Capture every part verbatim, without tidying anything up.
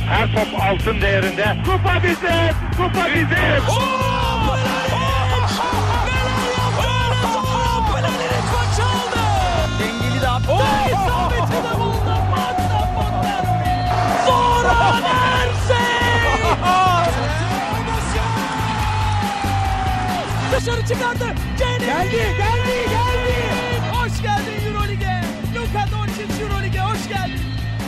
Her top altın değerinde. Kupa bizim! Kupa bizim! Oh! Belalerek maç aldı! Dengeli de attı. İsabeti de buldu. Maçta Fontervi. Zoran Ersey! Dışarı çıkardı. Geldi, geldi, geldi. Hoş geldin Euroleague'e. Luka Doncic Euroleague'e hoş geldin.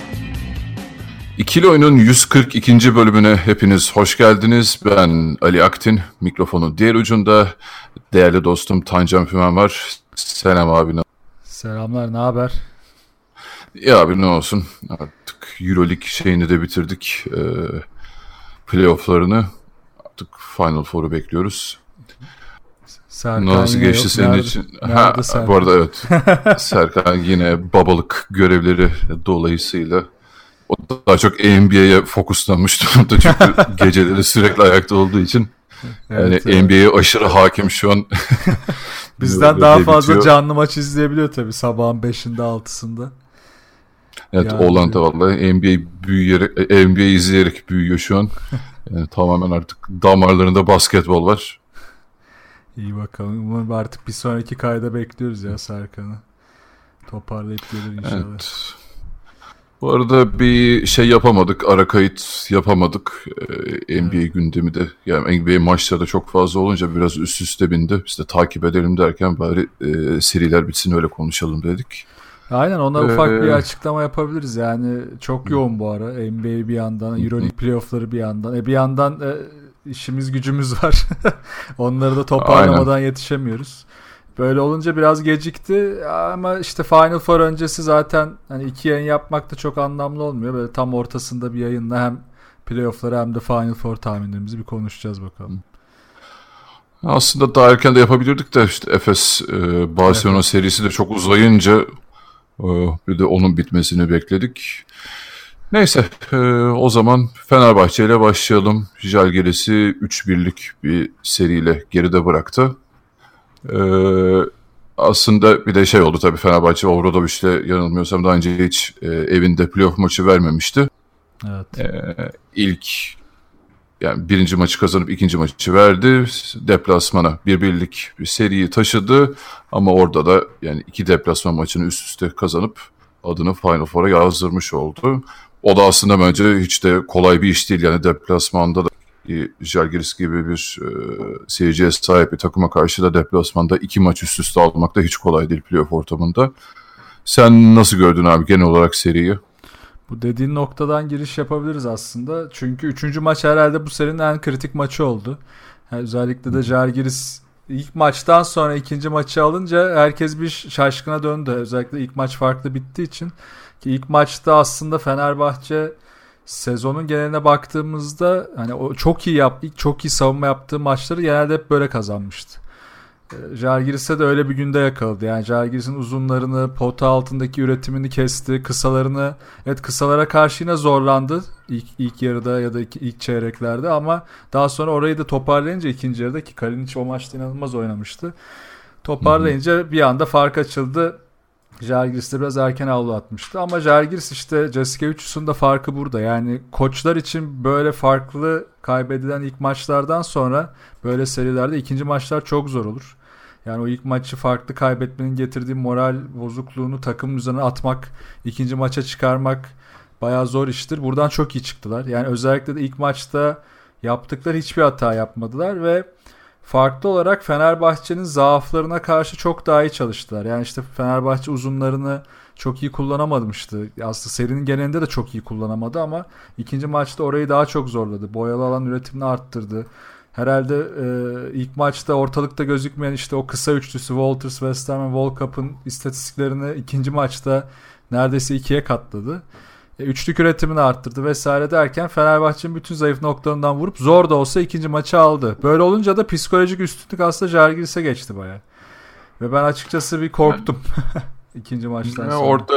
İkili Oyun'un yüz kırk ikinci bölümüne hepiniz hoş geldiniz. Ben Ali Aktin, mikrofonun diğer ucunda değerli dostum Tancan Fümen var. Selam abi. Selamlar, ne haber? Ya abi ne olsun, artık Euroleague şeyini de bitirdik. Ee, playofflarını, artık Final Four'u bekliyoruz. Serkan nasıl geçti yok. senin Nerede, için? nerede Ha, Serkan? bu arada evet. Serkan yine babalık görevleri dolayısıyla o daha çok N B A'ye fokuslanmış durumda çünkü geceleri sürekli ayakta olduğu için. Yani Evet, evet. N B A'ye aşırı hakim şu an. Bizden Böyle daha bitiyor. fazla canlı maç izleyebiliyor tabii sabahın beşinde altısında. Evet, Yani- oğlan da vallahi N B A büyüyerek, N B A izleyerek büyüyor şu an. Yani tamamen artık damarlarında basketbol var. İyi bakalım. Umarım artık bir sonraki kayda bekliyoruz ya Serkan'ı. Toparlayıp gelir inşallah. Evet. Bu arada bir şey yapamadık, ara kayıt yapamadık. Ee, N B A gündemi de, yani N B A maçları da çok fazla olunca biraz üst üste bindi. Biz de takip edelim derken bari e, seriler bitsin öyle konuşalım dedik. Aynen, ona Ee, ufak bir açıklama yapabiliriz. Yani çok yoğun bu ara. N B A bir yandan, Euroleague playoff'ları bir yandan. E bir yandan e, işimiz gücümüz var. Onları da toparlamadan yetişemiyoruz. Böyle olunca biraz gecikti ama işte Final Four öncesi zaten hani iki yayın yapmak da çok anlamlı olmuyor. Böyle tam ortasında bir yayınla hem playoff'ları hem de Final Four tahminlerimizi bir konuşacağız bakalım. Aslında daha erken de yapabilirdik de işte Efes e, Barcelona Evet. serisi de çok uzayınca e, bir de onun bitmesini bekledik. Neyse e, o zaman Fenerbahçe ile başlayalım. Žalgiris'i üç birlik bir seriyle geride bıraktı. E, aslında bir de şey oldu tabii, Fenerbahçe Obradoviç'le yanılmıyorsam daha önce hiç e, evinde playoff maçı vermemişti. Evet. E, ilk Yani birinci maçı kazanıp ikinci maçı verdi. Deplasmana bir birlik bir seriyi taşıdı. Ama orada da yani iki deplasman maçını üst üste kazanıp adını Final Four'a yazdırmış oldu. O da aslında bence hiç de kolay bir iş değil. Yani deplasmanda da Žalgiris gibi bir e, seyirciye sahip bir takıma karşı da deplasmanda iki maç üst üste almak da hiç kolay değil playoff ortamında. Sen nasıl gördün abi genel olarak seriyi? Bu dediğin noktadan giriş yapabiliriz aslında. Çünkü üçüncü maç herhalde bu serinin en kritik maçı oldu. Yani özellikle de Žalgiris ilk maçtan sonra ikinci maçı alınca herkes bir şaşkına döndü. Özellikle ilk maç farklı bittiği için. Ki ilk maçta aslında Fenerbahçe sezonun geneline baktığımızda hani o çok iyi yap, ilk çok iyi savunma yaptığı maçları genelde hep böyle kazanmıştı. Žalgiris'e de öyle bir günde yakaladı. Yani Žalgiris'in uzunlarını, pota altındaki üretimini kesti. Kısalarını, evet kısalara karşı yine zorlandı ilk, ilk yarıda ya da ilk, ilk çeyreklerde ama daha sonra orayı da toparlayınca ikinci yarıda, ki Kalinic o maçta inanılmaz oynamıştı. Toparlayınca hı hı. bir anda fark açıldı. Žalgiris de biraz erken avlu atmıştı ama Žalgiris işte Jasikevicius'un da farkı burada. Yani koçlar için böyle farklı kaybedilen ilk maçlardan sonra böyle serilerde ikinci maçlar çok zor olur. Yani o ilk maçı farklı kaybetmenin getirdiği moral bozukluğunu takım üzerine atmak, ikinci maça çıkarmak bayağı zor iştir. Buradan çok iyi çıktılar. Yani özellikle de ilk maçta yaptıkları hiçbir hata yapmadılar ve farklı olarak Fenerbahçe'nin zaaflarına karşı çok daha iyi çalıştılar. Yani işte Fenerbahçe uzunlarını çok iyi kullanamamıştı. Aslında serinin genelinde de çok iyi kullanamadı ama ikinci maçta orayı daha çok zorladı. Boyalı alan üretimini arttırdı. Herhalde e, ilk maçta ortalıkta gözükmeyen işte o kısa üçlüsü Walters, Westerman, Volkap'ın istatistiklerini ikinci maçta neredeyse ikiye katladı. E, üçlük üretimini arttırdı vesaire derken Fenerbahçe'nin bütün zayıf noktalarından vurup zor da olsa ikinci maçı aldı. Böyle olunca da psikolojik üstünlük aslında Žalgiris'e geçti bayağı. Ve ben açıkçası bir korktum ikinci maçtan sonra. Orada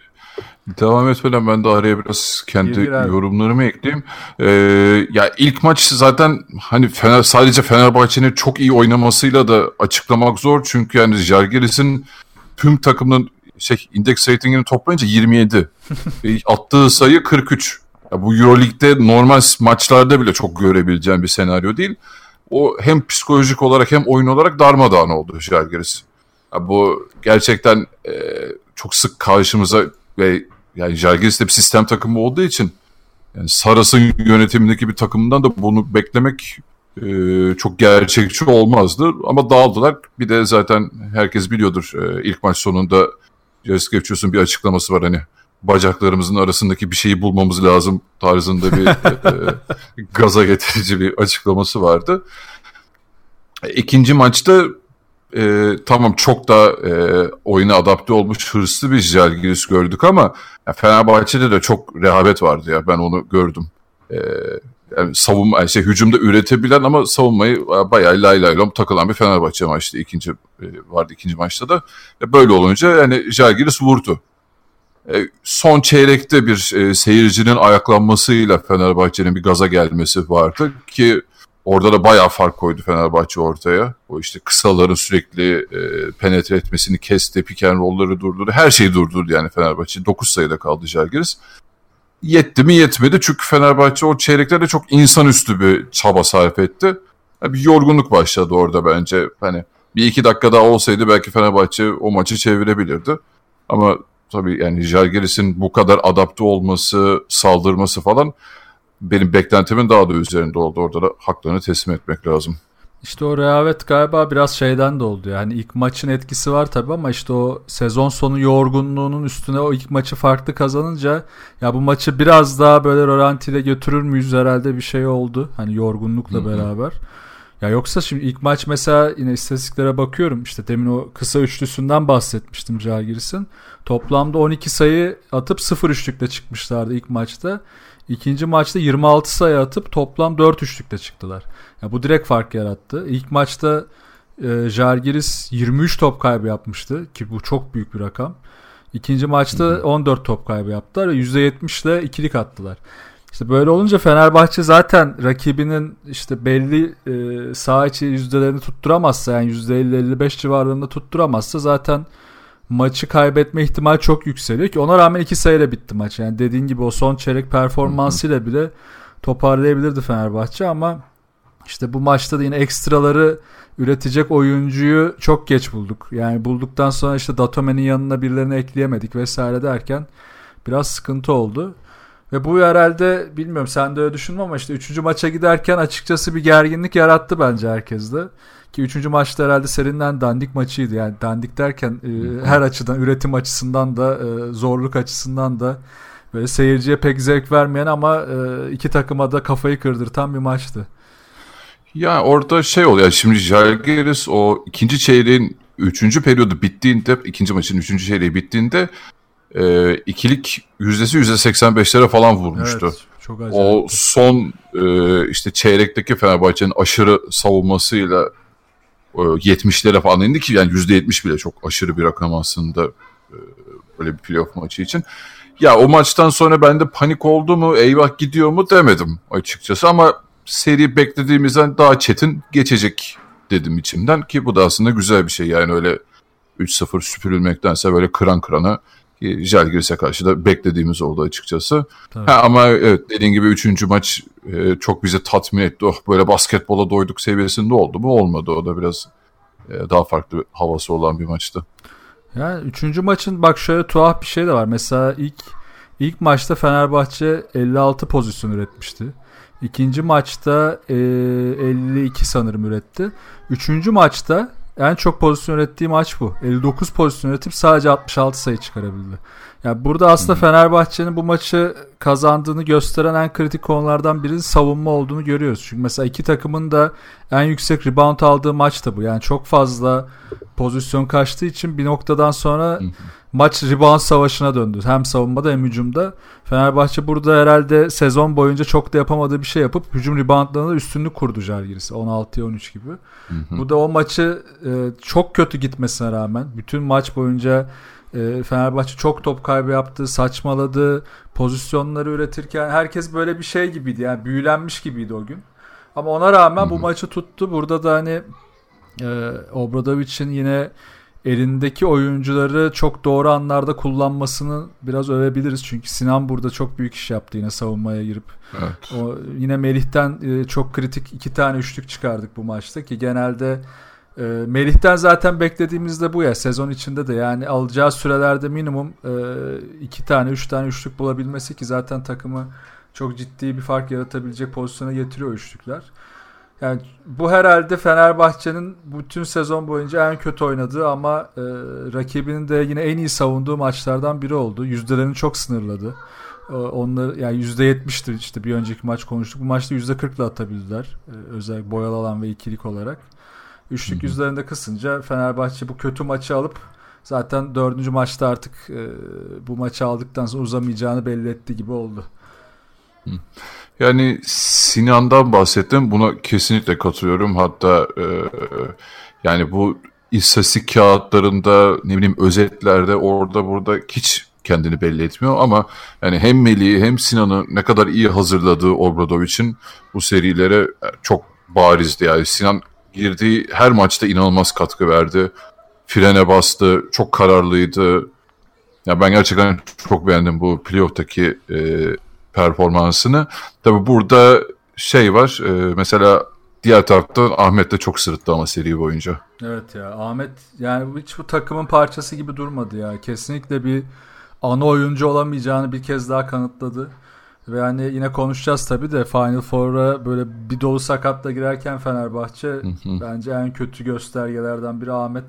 devam etmeden ben de araya biraz kendi yorumlarımı ekleyeyim. Ee, ya ilk maç zaten hani Fener, sadece Fenerbahçe'nin çok iyi oynamasıyla da açıklamak zor. Çünkü yani Žalgiris'in tüm takımının şey, index ratingini toplayınca yirmi yedi. Attığı sayı kırk üç. Ya bu Euroleague'de normal maçlarda bile çok görebileceğim bir senaryo değil. O hem psikolojik olarak hem oyun olarak darmadağın oldu Žalgiris. Ya bu gerçekten e, çok sık karşımıza ve yani Žalgiris de bir sistem takımı olduğu için yani Saras'ın yönetimindeki bir takımdan da bunu beklemek e, çok gerçekçi olmazdı. Ama dağıldılar. Bir de zaten herkes biliyordur e, ilk maç sonunda Jaskevičius'un bir açıklaması var hani bacaklarımızın arasındaki bir şeyi bulmamız lazım tarzında bir e, gaza getirici bir açıklaması vardı. İkinci maçta e, tamam çok da e, oyuna adapte olmuş hırslı bir Žalgiris gördük ama ya Fenerbahçe'de de çok rehavet vardı ya ben onu gördüm. E, yani savunma, şey, hücumda üretebilen ama savunmayı bayağı lay lay lom takılan bir Fenerbahçe maçtı ikinci e, vardı ikinci maçta da. E, böyle olunca yani Žalgiris vurdu. E, son çeyrekte bir e, seyircinin ayaklanmasıyla Fenerbahçe'nin bir gaza gelmesi vardı ki orada da bayağı fark koydu Fenerbahçe ortaya. O işte kısaların sürekli e, penetre etmesini kesti, pick and roll'ları durdurdu. Her şeyi durdurdu yani Fenerbahçe. dokuz sayıda kaldı Žalgiris. Yetti mi yetmedi çünkü Fenerbahçe o çeyreklerde çok insanüstü bir çaba sarf etti. Yani bir yorgunluk başladı orada bence. Hani bir iki dakika daha olsaydı belki Fenerbahçe o maçı çevirebilirdi. Ama tabii yani Žalgiris'in bu kadar adapte olması, saldırması falan benim beklentimin daha da üzerinde oldu. Orada da haklarını teslim etmek lazım. İşte o rehavet galiba biraz şeyden de oldu. Yani ilk maçın etkisi var tabii ama işte o sezon sonu yorgunluğunun üstüne o ilk maçı farklı kazanınca ya bu maçı biraz daha böyle rolantiyle götürür müyüz herhalde bir şey oldu. Hani yorgunlukla Hı-hı. beraber. Ya yoksa şimdi ilk maç mesela yine istatistiklere bakıyorum. İşte demin o kısa üçlüsünden bahsetmiştim Žalgiris'in. Toplamda on iki sayı atıp sıfır üçlükle çıkmışlardı ilk maçta. İkinci maçta yirmi altı sayı atıp toplam dört üçlükle çıktılar. Ya bu direkt fark yarattı. İlk maçta e, Žalgiris yirmi üç top kaybı yapmıştı ki bu çok büyük bir rakam. İkinci maçta Hı-hı. on dört top kaybı yaptılar ve yüzde yetmiş ile ikilik attılar. İşte böyle olunca Fenerbahçe zaten rakibinin işte belli e, saha içi yüzdelerini tutturamazsa yani yüzde elli elli beş civarlarında tutturamazsa zaten maçı kaybetme ihtimali çok yükseliyor ki ona rağmen iki sayıyla bitti maç. Yani dediğin gibi o son çeyrek performansıyla bile toparlayabilirdi Fenerbahçe ama işte bu maçta da yine ekstraları üretecek oyuncuyu çok geç bulduk. Yani bulduktan sonra işte Datome'nin yanına birilerini ekleyemedik vesaire derken biraz sıkıntı oldu. Ve bu herhalde bilmiyorum sen de öyle düşünme ama işte üçüncü maça giderken açıkçası bir gerginlik yarattı bence herkeste. Ki üçüncü maçta herhalde serinin dandik maçıydı. Yani dandik derken e, her açıdan üretim açısından da e, zorluk açısından da böyle seyirciye pek zevk vermeyen ama e, iki takıma da kafayı kırdırtan bir maçtı. Ya orada şey oluyor şimdi Žalgiris o ikinci çeyreğin üçüncü periyodu bittiğinde ikinci maçın üçüncü çeyreği bittiğinde e, ikilik yüzdesi yüzde seksen beşlere falan vurmuştu. Evet, çok acayip. O son e, işte çeyrekteki Fenerbahçe'nin aşırı savunmasıyla e, yetmişlere falan indi ki yani yüzde yetmiş bile çok aşırı bir rakam aslında e, böyle bir playoff maçı için. Ya o maçtan sonra ben de panik oldu mu eyvah gidiyor mu demedim açıkçası ama seri beklediğimizden daha çetin geçecek dedim içimden ki bu da aslında güzel bir şey yani öyle üç sıfır süpürülmektense böyle kıran kırana Žalgiris'e karşı da beklediğimiz oldu açıkçası. Ha, ama evet dediğin gibi üçüncü maç e, çok bizi tatmin etti. Oh böyle basketbola doyduk seviyesinde oldu mu? Olmadı. O da biraz e, daha farklı bir havası olan bir maçtı. Yani üçüncü maçın bak şöyle tuhaf bir şey de var. Mesela ilk ilk maçta Fenerbahçe elli altı pozisyon üretmişti. İkinci maçta e, elli iki sanırım üretti. Üçüncü maçta en çok pozisyon ürettiği maç bu. elli dokuz pozisyon üretip sadece altmış altı sayı çıkarabildi. Yani burada aslında hmm. Fenerbahçe'nin bu maçı kazandığını gösteren en kritik konulardan birinin savunma olduğunu görüyoruz. Çünkü mesela iki takımın da en yüksek rebound aldığı maç da bu. Yani çok fazla pozisyon kaçtığı için bir noktadan sonra hmm. maç rebound savaşına döndü. Hem savunmada hem hücumda. Fenerbahçe burada herhalde sezon boyunca çok da yapamadığı bir şey yapıp hücum reboundlarına üstünlük kurdu Žalgiris. on altıya on üç gibi. Hı hı. Bu da o maçı e, çok kötü gitmesine rağmen bütün maç boyunca e, Fenerbahçe çok top kaybı yaptı, saçmaladı, pozisyonları üretirken herkes böyle bir şey gibiydi. Yani büyülenmiş gibiydi o gün. Ama ona rağmen hı hı. bu maçı tuttu. Burada da hani e, Obradovic'in yine elindeki oyuncuları çok doğru anlarda kullanmasını biraz övebiliriz. Çünkü Sinan burada çok büyük iş yaptı yine savunmaya girip. Evet. O, yine Melih'ten e, çok kritik iki tane üçlük çıkardık bu maçta ki genelde e, Melih'ten zaten beklediğimiz de bu ya. Sezon içinde de yani alacağı sürelerde minimum e, iki tane üç tane üçlük bulabilmesi ki zaten takımı çok ciddi bir fark yaratabilecek pozisyona getiriyor üçlükler. Yani bu herhalde Fenerbahçe'nin bütün sezon boyunca en kötü oynadığı ama e, rakibinin de yine en iyi savunduğu maçlardan biri oldu. Yüzdelerini çok sınırladı. E, onları yani yüzde yetmişti işte bir önceki maç konuştuk. Bu maçta yüzde kırkla atabildiler. E, özellikle boyalı alan ve ikilik olarak. Üçlük yüzlerinde kısınca Fenerbahçe bu kötü maçı alıp zaten dördüncü maçta artık e, bu maçı aldıktan sonra uzamayacağını belli etti gibi oldu. Hı. Yani Sinan'dan bahsettim. Buna kesinlikle katılıyorum. Hatta e, yani bu istatistik kağıtlarında ne bileyim özetlerde orada burada hiç kendini belli etmiyor ama yani hem Melih'i hem Sinan'ı ne kadar iyi hazırladığı Obradovic'in bu serilere çok barizdi. Yani Sinan girdiği her maçta inanılmaz katkı verdi. Frene bastı. Çok kararlıydı. Ya ben gerçekten çok beğendim bu playoff'taki e, performansını. Tabii burada şey var. E, mesela diğer taraftan Ahmet de çok sırıttı ama seri boyunca. Evet ya Ahmet yani hiç bu takımın parçası gibi durmadı ya. Kesinlikle bir ana oyuncu olamayacağını bir kez daha kanıtladı. Ve yani yine konuşacağız tabii de Final Four'a böyle bir dolu sakatla girerken Fenerbahçe hı hı. bence en kötü göstergelerden biri Ahmet.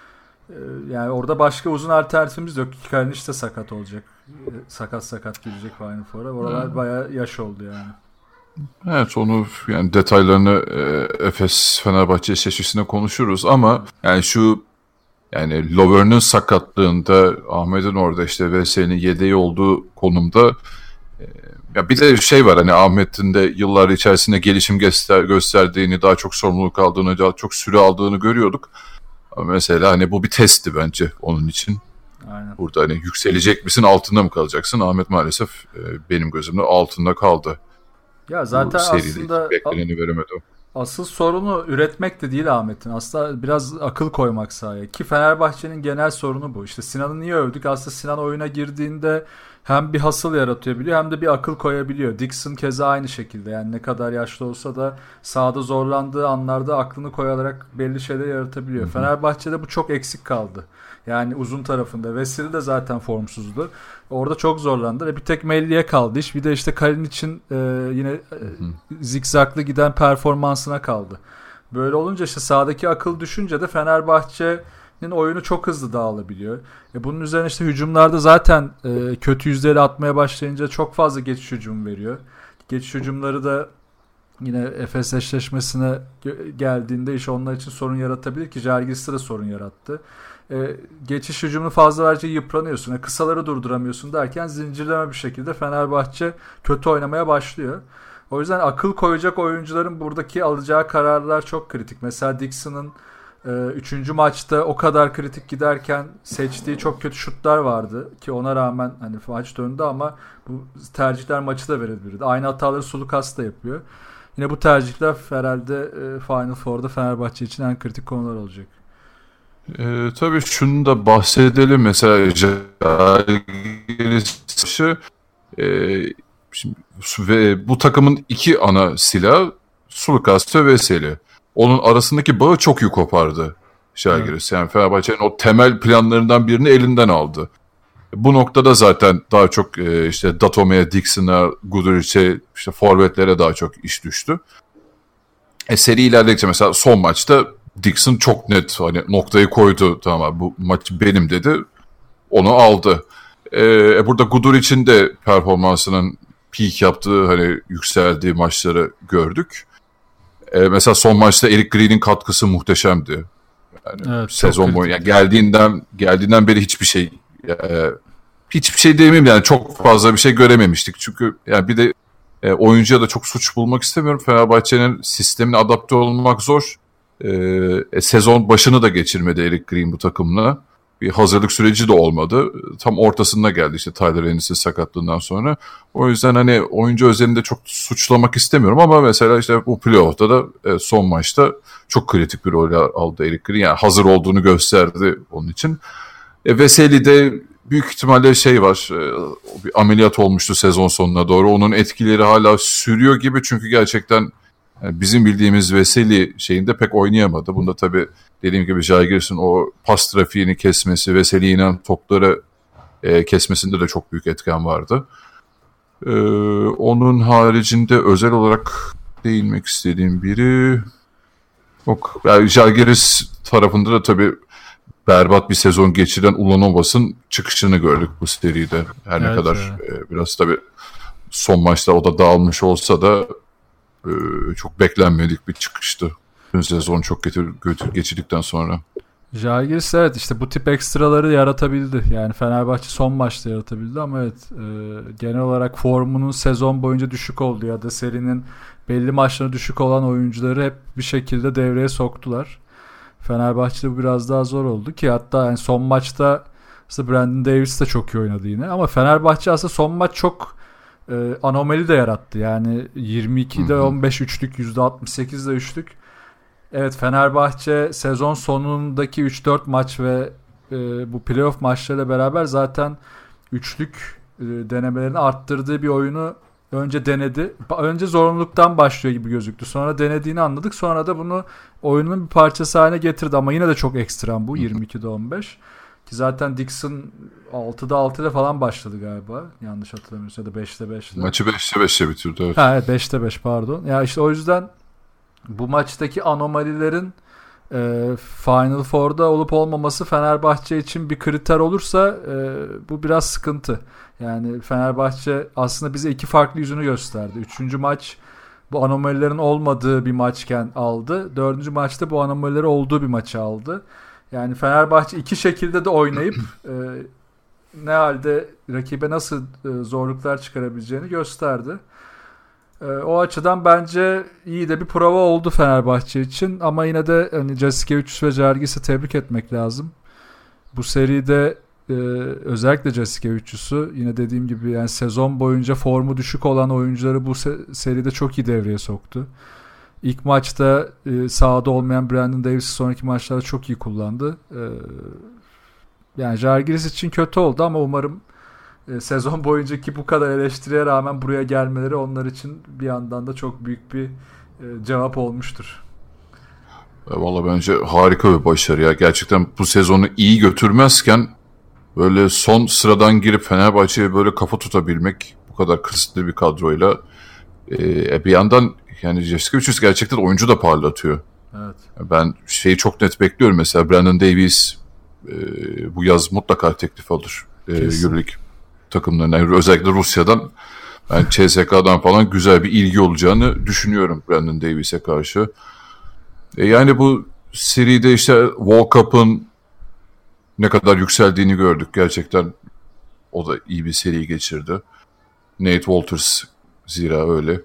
Yani orada başka uzun alternatifimiz yok. Kalinic de sakat olacak. Sakat sakat girecek Final Four'a. Oralar hmm. bayağı yaş oldu yani. Evet onu yani detaylarını e, Efes Fenerbahçe eşleşmesinde konuşuruz ama yani şu yani Lovern'ın sakatlığında Ahmet'in orada işte Veseli'nin yedeği olduğu konumda e, ya bir de şey var hani Ahmet'in de yıllar içerisinde gelişim göster- gösterdiğini daha çok sorumluluk aldığını daha çok süre aldığını görüyorduk. Ama mesela hani bu bir testti bence onun için. Aynen. Burada hani yükselecek misin altında mı kalacaksın? Ahmet maalesef e, benim gözümde altında kaldı. Ya zaten aslında bekleneni veremedi. Asıl sorunu üretmek de değil Ahmet'in. Aslında biraz akıl koymak sahaya. Ki Fenerbahçe'nin genel sorunu bu. İşte Sinan'ı niye övdük? Aslında Sinan oyuna girdiğinde hem bir hasıl yaratabiliyor hem de bir akıl koyabiliyor. Dixon keza aynı şekilde. Yani ne kadar yaşlı olsa da sahada zorlandığı anlarda aklını koyarak belli şeyler yaratabiliyor. Hı hı. Fenerbahçe'de bu çok eksik kaldı. Yani uzun tarafında. Veseli de zaten formsuzdu. Orada çok zorlandı. Ve bir tek Melli'ye kaldı iş. Bir de işte Kalinic'in e, yine e, zikzaklı giden performansına kaldı. Böyle olunca işte sahadaki akıl düşünce de Fenerbahçe'nin oyunu çok hızlı dağılabiliyor. E bunun üzerine işte hücumlarda zaten e, kötü yüzdeyle atmaya başlayınca çok fazla geçiş hücum veriyor. Geçiş hücumları da yine Efes eşleşmesine geldiğinde iş onlar için sorun yaratabilir ki Žalgiris'te de sorun yarattı. E, geçiş hücumunu fazla verce yıpranıyorsun. E, kısaları durduramıyorsun derken zincirleme bir şekilde Fenerbahçe kötü oynamaya başlıyor. O yüzden akıl koyacak oyuncuların buradaki alacağı kararlar çok kritik. Mesela Dixon'ın e, üçüncü maçta o kadar kritik giderken seçtiği çok kötü şutlar vardı. Ki ona rağmen hani maç döndü ama bu tercihler maçı da verebilirdi. Aynı hataları Sulukas da yapıyor. Yine bu tercihler herhalde e, Final Four'da Fenerbahçe için en kritik konular olacak. Ee, tabii şunu da bahsedelim mesela Žalgiris e, ve bu takımın iki ana silahı Sulukas ve Veseli. Onun arasındaki bağı çok iyi kopardı Žalgiris. Evet. Yani Fenerbahçe'nin o temel planlarından birini elinden aldı. Bu noktada zaten daha çok e, işte Datome'ye, Dixon'a, Guduric'e, işte forvetlere daha çok iş düştü. E, seri ilerledikçe mesela son maçta Dixon çok net hani noktayı koydu, tamam bu maç benim dedi, onu aldı. Ee, burada Guduric'in de performansının peak yaptığı hani yükseldiği maçları gördük. Ee, mesela son maçta Eric Green'in katkısı muhteşemdi. Yani evet, sezon boyunca yani geldiğinden geldiğinden beri hiçbir şey e, hiçbir şey demeyeyim yani çok fazla bir şey görememiştik. Çünkü yani bir de e, oyuncuya da çok suç bulmak istemiyorum. Fenerbahçe'nin sistemine adapte olmak zor. Ee, sezon başını da geçirmedi Eric Green bu takımla. bir hazırlık süreci de olmadı. Tam ortasında geldi işte Tyler Ennis'in sakatlığından sonra. O yüzden hani oyuncu özelinde çok suçlamak istemiyorum ama mesela işte bu playoff'ta da e, son maçta çok kritik bir rol aldı Eric Green. Yani hazır olduğunu gösterdi onun için. E, Veseli'de büyük ihtimalle şey var, e, bir ameliyat olmuştu sezon sonuna doğru. Onun etkileri hala sürüyor gibi çünkü gerçekten yani bizim bildiğimiz Veseli şeyinde pek oynayamadı. Bunda tabii dediğim gibi Žalgiris'in o pas trafiğini kesmesi, Veseli'nin topları e, kesmesinde de çok büyük etken vardı. E, onun haricinde özel olarak değinmek istediğim biri yok. Yani Žalgiris tarafında da tabii berbat bir sezon geçiren Ulanovas'ın çıkışını gördük bu seride. Her evet, ne kadar e, biraz tabii son maçta o da dağılmış olsa da e, çok beklenmedik bir çıkıştı. Tüm sezon çok kötü, kötü geçirdikten sonra. Žalgiris evet işte bu tip ekstraları yaratabildi. Yani Fenerbahçe son maçta yaratabildi ama evet e, genel olarak formunun sezon boyunca düşük olduğu ya da serinin belli maçları düşük olan oyuncuları hep bir şekilde devreye soktular. Fenerbahçe'de bu biraz daha zor oldu ki hatta yani son maçta işte Brandon Davis de çok iyi oynadı yine ama Fenerbahçe aslında son maç çok e, anomali de yarattı. Yani yirmi ikide on beş üçlük, yüzde altmış sekizde üçlük. Evet Fenerbahçe sezon sonundaki üç dört maç ve e, bu playoff maçlarıyla beraber zaten üçlük e, denemelerini arttırdığı bir oyunu önce denedi. Önce zorunluluktan başlıyor gibi gözüktü. Sonra denediğini anladık. Sonra da bunu oyunun bir parçası haline getirdi. Ama yine de çok ekstrem bu. yirmi ikide on beş. Ki zaten Dixon altıda altı ile falan başladı galiba. Yanlış hatırlamıyorsam ya da beşte beş ile. Maçı beşte beşe bitirdi. Evet. Ha, evet beşte beş pardon. Ya işte o yüzden bu maçtaki anomalilerin e, Final Four'da olup olmaması Fenerbahçe için bir kriter olursa e, bu biraz sıkıntı. Yani Fenerbahçe aslında bize iki farklı yüzünü gösterdi. Üçüncü maç bu anomalilerin olmadığı bir maçken aldı. Dördüncü maçta bu anomalileri olduğu bir maçı aldı. Yani Fenerbahçe iki şekilde de oynayıp e, ne halde rakibe nasıl e, zorluklar çıkarabileceğini gösterdi. E, o açıdan bence iyi de bir prova oldu Fenerbahçe için. Ama yine de hani Jasikevičius ve Žalgiris'i tebrik etmek lazım. Bu seride Ee, özellikle Jasikevičius'u yine dediğim gibi yani sezon boyunca formu düşük olan oyuncuları bu se- seride çok iyi devreye soktu. İlk maçta e, sahada olmayan Brandon Davis'i sonraki maçlarda çok iyi kullandı. Ee, yani Žalgiris için kötü oldu ama umarım e, sezon boyuncaki bu kadar eleştiriye rağmen buraya gelmeleri onlar için bir yandan da çok büyük bir e, cevap olmuştur. Valla bence harika bir başarı ya. Gerçekten bu sezonu iyi götürmezken böyle son sıradan girip Fenerbahçe'ye böyle kafa tutabilmek bu kadar kısıtlı bir kadroyla e, bir yandan yani Jasikevičius gerçekten oyuncu da parlatıyor. Evet. Ben şeyi çok net bekliyorum mesela Brandon Davis e, bu yaz mutlaka teklif alır e, Euroleague takımlarına yani özellikle Rusya'dan ben C S K'dan falan güzel bir ilgi olacağını düşünüyorum Brandon Davis'e karşı. E, yani bu seride işte Walkup'ın ne kadar yükseldiğini gördük. Gerçekten o da iyi bir seri geçirdi. Nate Walters zira öyle.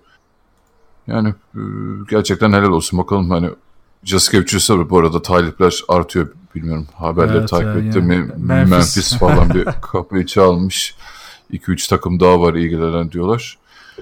Yani gerçekten helal olsun. Bakalım hani Jasikevičius'a bu arada talipler artıyor. Bilmiyorum haberleri evet, takip yani, ettim mi? Memphis. Memphis falan bir kapıyı çalmış. iki üç takım daha var ilgilenen diyorlar.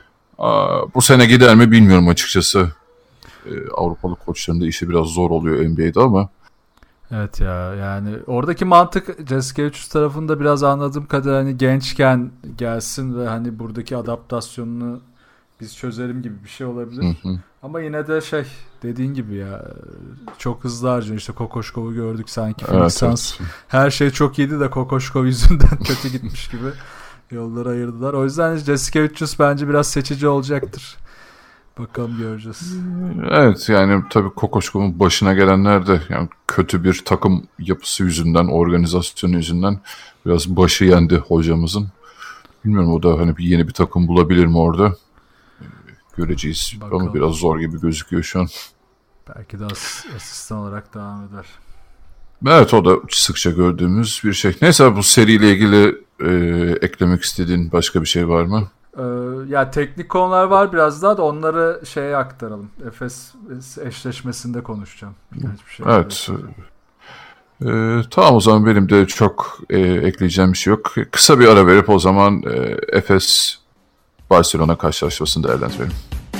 Aa, bu sene gider mi bilmiyorum açıkçası. Ee, Avrupalı koçların da işi biraz zor oluyor N B A'de ama evet ya yani oradaki mantık Jasikevičius tarafında biraz anladığım kadar hani gençken gelsin ve hani buradaki adaptasyonunu biz çözelim gibi bir şey olabilir. Hı hı. Ama yine de şey dediğin gibi ya çok hızlı harcıyor. İşte Kokoškov'u gördük sanki. Evet, evet. Her şey çok iyiydi de Kokoškov yüzünden kötü gitmiş gibi yolları ayırdılar. O yüzden Jasikevičius bence biraz seçici olacaktır. Bakalım göreceğiz. Evet yani tabii Kokoškov'un başına gelenler de yani kötü bir takım yapısı yüzünden, organizasyonu yüzünden biraz başı yendi hocamızın. Bilmiyorum o da hani bir yeni bir takım bulabilir mi orada? Göreceğiz. Bakalım. Ama biraz zor gibi gözüküyor şu an. Belki de as- asistan olarak devam eder. Evet o da sıkça gördüğümüz bir şey. Neyse bu seriyle ilgili e, eklemek istediğin başka bir şey var mı? Ee, ya teknik konular var biraz daha da onları şeye aktaralım. Efes eşleşmesinde konuşacağım. Bir şey evet. Ee, tamam, o zaman benim de çok e, ekleyeceğim bir şey yok. Kısa bir ara verip o zaman e, Efes Barcelona karşılaşmasını değerlendirelim.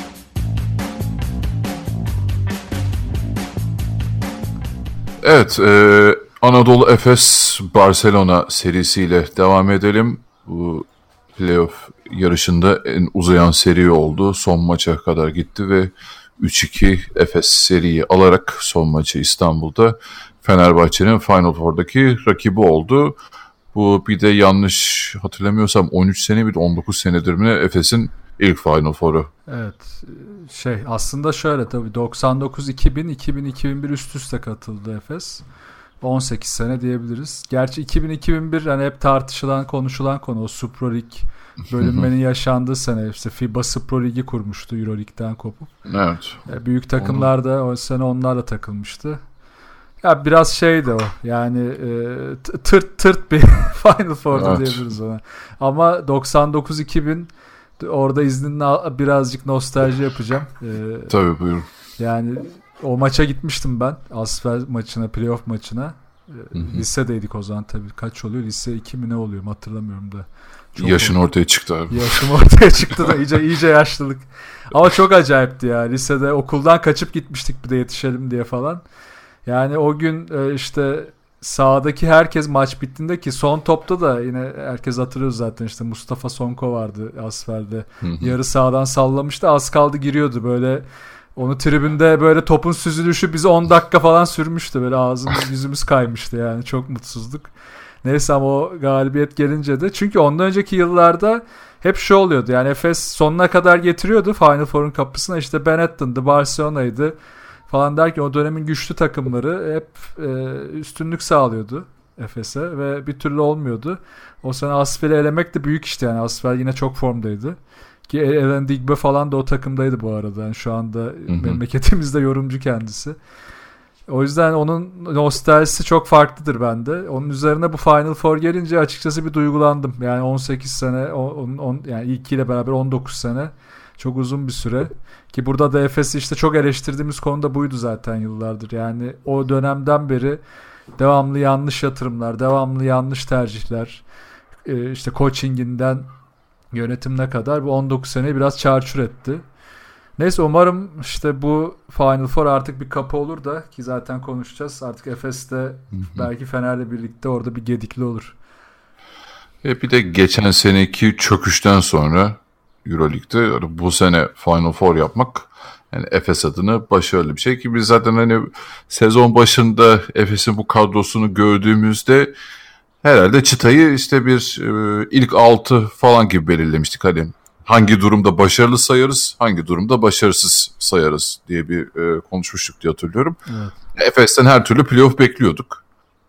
Evet, e, Anadolu Efes Barcelona serisiyle devam edelim. Bu playoff yarışında en uzayan seri oldu. Son maça kadar gitti ve üç iki Efes seriyi alarak son maçı İstanbul'da Fenerbahçe'nin Final Four'daki rakibi oldu. Bu bir de yanlış hatırlamıyorsam on üç sene bir de on dokuz senedir mi Efes'in ilk Final Four'u. Evet, şey aslında şöyle tabii doksan dokuz iki bin iki bin iki bin bir üst üste katıldı Efes. on sekiz sene diyebiliriz. Gerçi iki bin iki bin bir hani hep tartışılan, konuşulan konu, o Supra Lig bölünmenin yaşandığı sene. İşte FIBA Supra Ligi kurmuştu Euroleague'den kopup. Evet. Büyük takımlar da o sene onlarla takılmıştı. Ya biraz şeydi o. Yani e, tırt tırt bir Final Four'du evet, diyebiliriz ona. Ama doksan dokuz iki bin orada izninle birazcık nostalji yapacağım. Ee, Tabii, buyurun. Yani o maça gitmiştim ben. Asfer maçına, playoff maçına. Ee, lisedeydik o zaman tabii. Kaç oluyor? Lise iki mi ne oluyor hatırlamıyorum da. Çok Yaşın oldu. Ortaya çıktı abi. Yaşım ortaya çıktı da iyice iyice yaşlılık. Ama çok acayipti ya. Lisede okuldan kaçıp gitmiştik bir de yetişelim diye falan. Yani o gün işte sahadaki herkes maç bittiğinde, ki son topta da yine herkes hatırlıyor zaten, işte Mustafa Sonko vardı Asfer'de. Hı hı. Yarı sahadan sallamıştı, az kaldı giriyordu böyle. Onu tribünde böyle topun süzülüşü bizi on dakika falan sürmüştü. Böyle ağzımız yüzümüz kaymıştı yani, çok mutsuzduk. Neyse ama o galibiyet gelince de, çünkü ondan önceki yıllarda hep şu oluyordu yani, Efes sonuna kadar getiriyordu Final Four'un kapısına, işte Benetton'dı, Barcelona'ydı falan derken o dönemin güçlü takımları hep e, üstünlük sağlıyordu Efes'e ve bir türlü olmuyordu. O sene Asfer'i elemek de büyük işti yani. Asfer yine çok formdaydı. Ki Ellen Digbe falan da o takımdaydı bu arada. Yani şu anda hı hı. memleketimizde yorumcu kendisi. O yüzden onun nostaljisi çok farklıdır bende. Onun üzerine bu Final Four gelince açıkçası bir duygulandım. Yani on sekiz sene, on, on, yani ilkiyle beraber on dokuz sene. Çok uzun bir süre. Ki burada da Efes'i işte çok eleştirdiğimiz konu da buydu zaten yıllardır. Yani o dönemden beri devamlı yanlış yatırımlar, devamlı yanlış tercihler, işte coachinginden yönetimine kadar bu on dokuz seneyi biraz çarçur etti. Neyse, umarım işte bu Final Four artık bir kapı olur da, ki zaten konuşacağız. Artık Efes'te belki Fener'le birlikte orada bir gedikli olur. E bir de geçen seneki çöküşten sonra Euroleague'de bu sene Final Four yapmak yani Efes adına başarılı bir şey, ki biz zaten hani sezon başında Efes'in bu kadrosunu gördüğümüzde herhalde çıtayı işte bir e, ilk altı falan gibi belirlemiştik. Hani hangi durumda başarılı sayarız, hangi durumda başarısız sayarız diye bir e, konuşmuştuk diye hatırlıyorum. Evet. Efes'ten her türlü playoff bekliyorduk.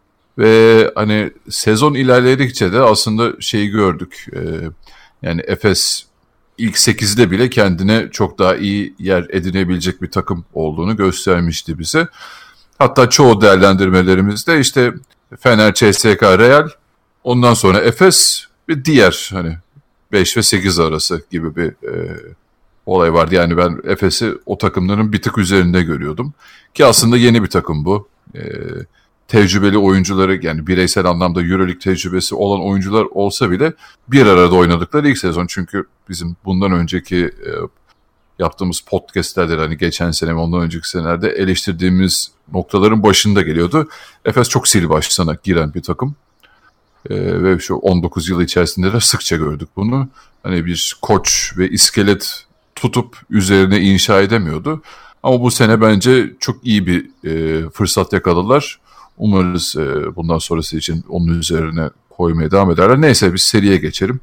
Ve hani sezon ilerledikçe de aslında şeyi gördük. E, yani Efes ilk sekizde bile kendine çok daha iyi yer edinebilecek bir takım olduğunu göstermişti bize. Hatta çoğu değerlendirmelerimizde işte Fener, C S K, Real, ondan sonra Efes ve diğer hani beş ve sekiz arası gibi bir e, olay vardı. Yani ben Efes'i o takımların bir tık üzerinde görüyordum. Ki aslında yeni bir takım bu. E, tecrübeli oyuncuları, yani bireysel anlamda Euroleague tecrübesi olan oyuncular olsa bile bir arada oynadıkları ilk sezon. Çünkü bizim bundan önceki e, yaptığımız podcastlerde, hani geçen sene ve ondan önceki senelerde eleştirdiğimiz noktaların başında geliyordu. Efes çok sil başlana giren bir takım. Ee, ve şu on dokuz yıl içerisinde de sıkça gördük bunu. Hani bir koç ve iskelet tutup üzerine inşa edemiyordu. Ama bu sene bence çok iyi bir e, fırsat yakaladılar. Umarız e, bundan sonrası için onun üzerine koymaya devam ederler. Neyse, biz seriye geçelim.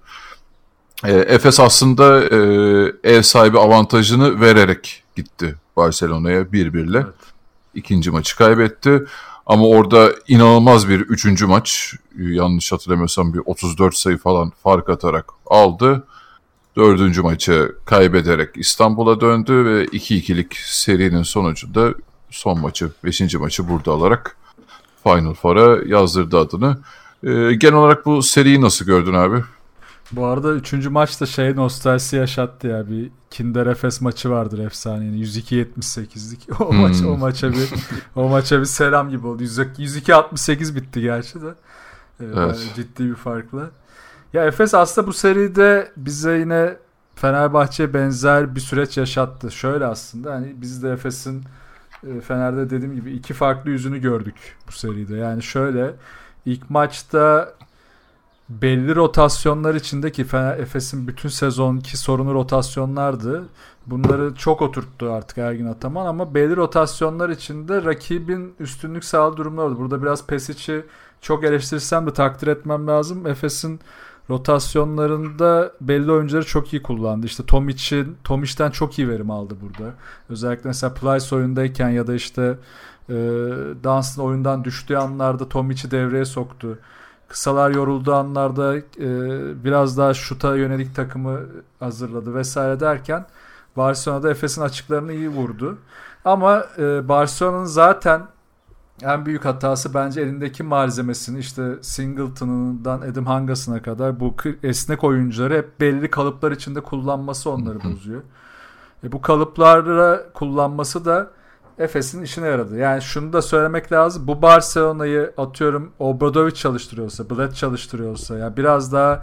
E, Efes aslında e, ev sahibi avantajını vererek gitti Barcelona'ya bir birle. Evet. İkinci maçı kaybetti. Ama orada inanılmaz bir üçüncü maç, yanlış hatırlamıyorsam bir otuz dört sayı falan fark atarak aldı. Dördüncü maçı kaybederek İstanbul'a döndü ve iki ikilik serinin sonucunda son maçı, beşinci maçı burada alarak Final Four'a yazdırdı adını. Ee, genel olarak bu seriyi nasıl gördün abi? Bu arada üçüncü maçta şey nostaljisi yaşattı ya. Bir Kinder Efes maçı vardır efsanenin. yüz iki yetmiş sekizlik. O hmm. maç o maça bir o maça bir selam gibi oldu. yüz iki altmış sekiz bitti gerçi de. Ee, evet. Yani ciddi bir farkla. Ya Efes aslında bu seride bize yine Fenerbahçe'ye benzer bir süreç yaşattı. Şöyle aslında hani biz de Efes'in Fener'de dediğim gibi iki farklı yüzünü gördük bu seride. Yani şöyle ilk maçta belli rotasyonlar içindeki Fener, Efes'in bütün sezonki sorunu rotasyonlardı. Bunları çok oturttu artık Ergin Ataman ama belli rotasyonlar içinde rakibin üstünlük sağladığı durumlar oldu. Burada biraz Pesic'i çok eleştirsem de takdir etmem lazım. Efes'in rotasyonlarında belli oyuncuları çok iyi kullandı. İşte Tomic'in, Tomic'ten çok iyi verim aldı burada. Özellikle mesela Plyce oyundayken ya da işte e, Dunstan oyundan düştüğü anlarda Tomic'i devreye soktu. Kısalar yorulduğu anlarda e, biraz daha şuta yönelik takımı hazırladı vesaire derken Barcelona'da Efes'in açıklarını iyi vurdu. Ama e, Barcelona'nın zaten en büyük hatası bence elindeki malzemesini işte Singleton'dan Adam Hangas'ına kadar bu esnek oyuncuları hep belli kalıplar içinde kullanması onları bozuyor. E, bu kalıplara kullanması da Efes'in işine yaradı. Yani şunu da söylemek lazım. Bu Barcelona'yı atıyorum Obradovic çalıştırıyorsa, Bled çalıştırıyorsa yani biraz daha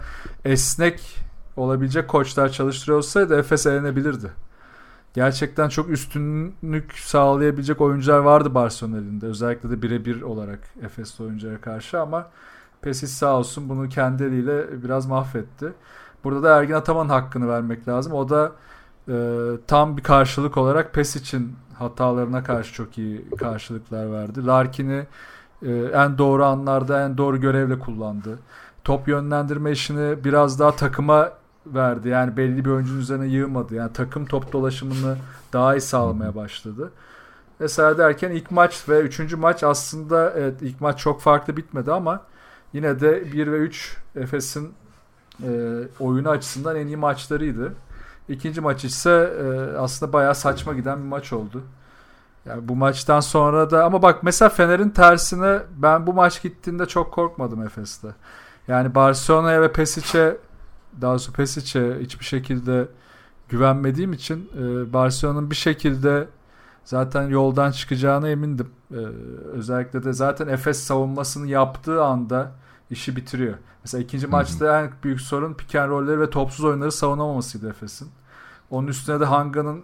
esnek olabilecek koçlar çalıştırıyorsaydı Efes elenebilirdi. Gerçekten çok üstünlük sağlayabilecek oyuncular vardı Barcelona elinde. Özellikle de birebir olarak Efes'li oyunculara karşı ama Pesic sağ olsun bunu kendi eliyle biraz mahvetti. Burada da Ergin Ataman'ın hakkını vermek lazım. O da e, tam bir karşılık olarak Pesic'in hatalarına karşı çok iyi karşılıklar verdi. Larkin'i e, en doğru anlarda en doğru görevle kullandı. Top yönlendirme işini biraz daha takıma verdi. Yani belli bir oyuncunun üzerine yığmadı. Yani takım top dolaşımını daha iyi sağlamaya başladı. Mesela derken ilk maç ve üçüncü maç aslında evet ilk maç çok farklı bitmedi ama yine de bir ve üç Efes'in e, oyunu açısından en iyi maçlarıydı. İkinci maç ise e, aslında bayağı saçma giden bir maç oldu. Yani bu maçtan sonra da ama bak mesela Fener'in tersine ben bu maç gittiğinde çok korkmadım Efes'te. Yani Barcelona'ya ve Pesic'e daha doğrusu Pesic'e hiçbir şekilde güvenmediğim için e, Barcelona'nın bir şekilde zaten yoldan çıkacağına emindim. E, özellikle de zaten Efes savunmasını yaptığı anda işi bitiriyor. Mesela ikinci maçta en büyük sorun pick and roll'leri ve topsuz oyunları savunamamasıydı Efes'in. Onun üstüne de Hanga'nın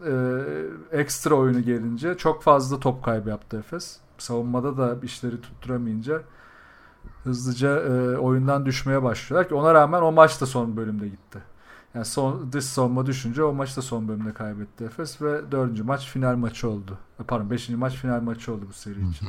e, ekstra oyunu gelince çok fazla top kaybı yaptı Efes. Savunmada da işleri tutturamayınca hızlıca e, oyundan düşmeye başlıyorlar ki ona rağmen o maç da son bölümde gitti. Yani son dış savunma düşünce o maç da son bölümde kaybetti Efes ve dördüncü maç final maçı oldu. Pardon beşinci maç final maçı oldu bu seri için.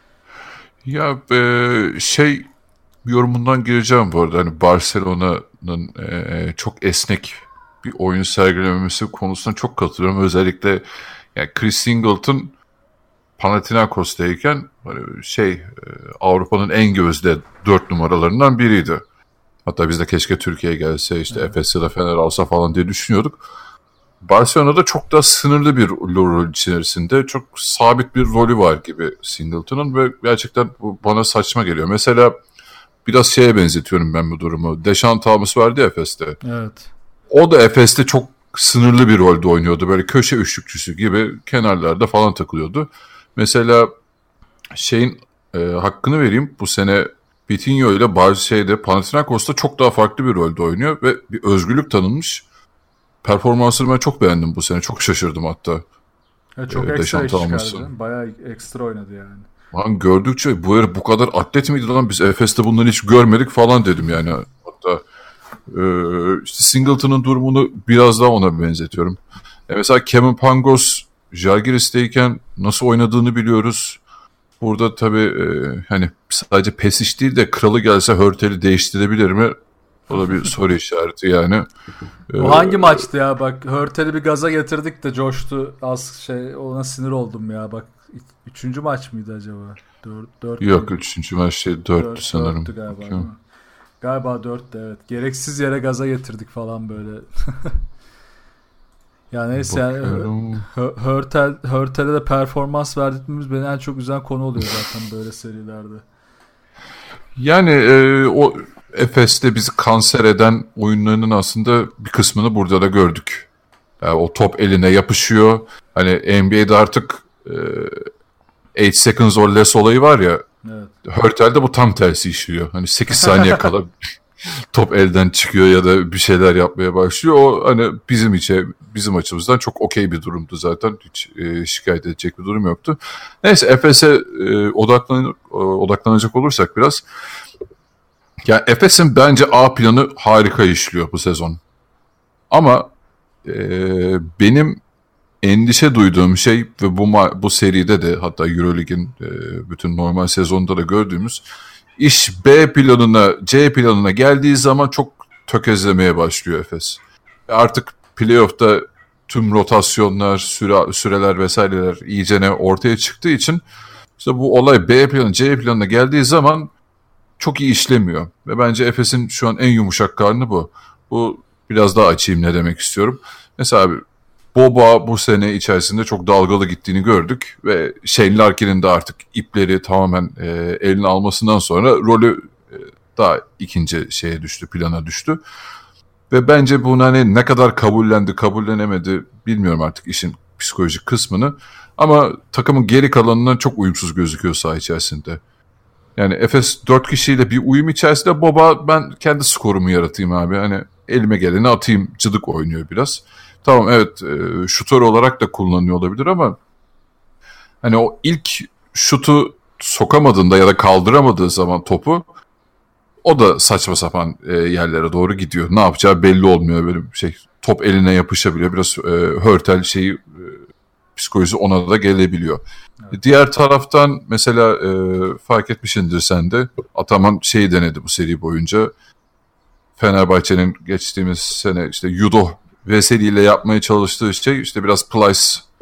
Ya e, şey yorumundan gireceğim bu arada. Hani Barcelona'nın e, çok esnek bir oyun sergilememesi konusunda çok katılıyorum. Özellikle yani Chris Singleton Panathinaikos'tayken hani şey Avrupa'nın en gözde dört numaralarından biriydi. Hatta biz de keşke Türkiye'ye gelse işte evet. Efes ya da Fener alsa falan diye düşünüyorduk. Barcelona'da çok da sınırlı bir rol içerisinde çok sabit bir rolü var gibi Singleton'ın ve gerçekten bu bana saçma geliyor. Mesela biraz şeye benzetiyorum ben bu durumu. Deşan Thomas vardı ya Efes'te. Evet. O da Efes'te çok sınırlı bir rolde oynuyordu. Böyle köşe üçlükçüsü gibi kenarlarda falan takılıyordu. Mesela şeyin e, hakkını vereyim. Bu sene Vitinho ile bazı şeyde Panathinaikos'ta çok daha farklı bir rolde oynuyor ve bir özgürlük tanınmış. Performansını ben çok beğendim bu sene. Çok şaşırdım hatta. Ya çok e, ekstra iş çıkardı. Bayağı ekstra oynadı yani. Lan gördükçe bu herif bu kadar atlet miydi lan? Biz Efes'te bunları hiç görmedik falan dedim yani. Hatta e, işte Singleton'ın durumunu biraz daha ona benzetiyorum. E, mesela Kevin Pangos Žalgiris'teyken nasıl oynadığını biliyoruz. Burada tabii e, hani sadece Pesic değil de kralı gelse Hurtel'i değiştirebilir mi? O da bir soru işareti yani. O ee, hangi maçtı ya? Bak Hurtel'i bir gaza getirdik de coştu. Az şey ona sinir oldum ya. Bak üçüncü maç mıydı acaba? Dört, dört Yok miydi? Üçüncü maç şey dörttü dört, sanırım. Dörttü galiba değil mi? Galiba dörttü evet. Gereksiz yere gaza getirdik falan böyle. Ya neyse yani Hurtel, Hurtel'e de performans verdiğimiz beni en çok üzen konu oluyor zaten böyle serilerde. Yani e, o Efes'te bizi kanser eden oyunlarının aslında bir kısmını burada da gördük. Yani o top eline yapışıyor. Hani N B A'de artık e, eight seconds or less olayı var ya. Evet. Hurtel'de bu tam tersi işliyor. Hani sekiz saniye kala top elden çıkıyor ya da bir şeyler yapmaya başlıyor. O hani bizim içe bizim açımızdan çok okey bir durumdu zaten. Hiç e, şikayet edecek bir durum yoktu. Neyse Efes'e e, odaklan, odaklanacak olursak biraz. Yani Efes'in bence A planı harika işliyor bu sezon. Ama e, benim endişe duyduğum şey ve bu bu seride de hatta EuroLeague'in e, bütün normal sezonda da gördüğümüz iş B planına, C planına geldiği zaman çok tökezlemeye başlıyor Efes. Artık playoff'ta tüm rotasyonlar, süre, süreler vesaireler iyicene ortaya çıktığı için işte bu olay B planı, C planına geldiği zaman çok iyi işlemiyor. Ve bence Efes'in şu an en yumuşak karnı bu. Bu biraz daha açayım ne demek istiyorum. Mesela abi Boba bu sene içerisinde çok dalgalı gittiğini gördük ve Shane Larkin'in de artık ipleri tamamen e, eline almasından sonra rolü e, daha ikinci şeye düştü, plana düştü. Ve bence bunu hani ne kadar kabullendi, kabullenemedi bilmiyorum artık işin psikolojik kısmını. Ama takımın geri kalanından çok uyumsuz gözüküyor saha içerisinde. Yani Efes dört kişiyle bir uyum içerisinde Boba ben kendi skorumu yaratayım abi. Hani elime geleni atayım cıdık oynuyor biraz. Tamam evet e, şutör olarak da kullanıyor olabilir ama hani o ilk şutu sokamadığında ya da kaldıramadığı zaman topu o da saçma sapan e, yerlere doğru gidiyor. Ne yapacağı belli olmuyor böyle bir şey. Top eline yapışabiliyor. Biraz e, Hurtel şeyi e, psikolojisi ona da gelebiliyor. Evet. Diğer taraftan mesela e, fark etmişsindir sen de Ataman şeyi denedi bu seri boyunca. Fenerbahçe'nin geçtiğimiz sene işte Yudo Veseli ile yapmaya çalıştığı şey işte biraz Plyce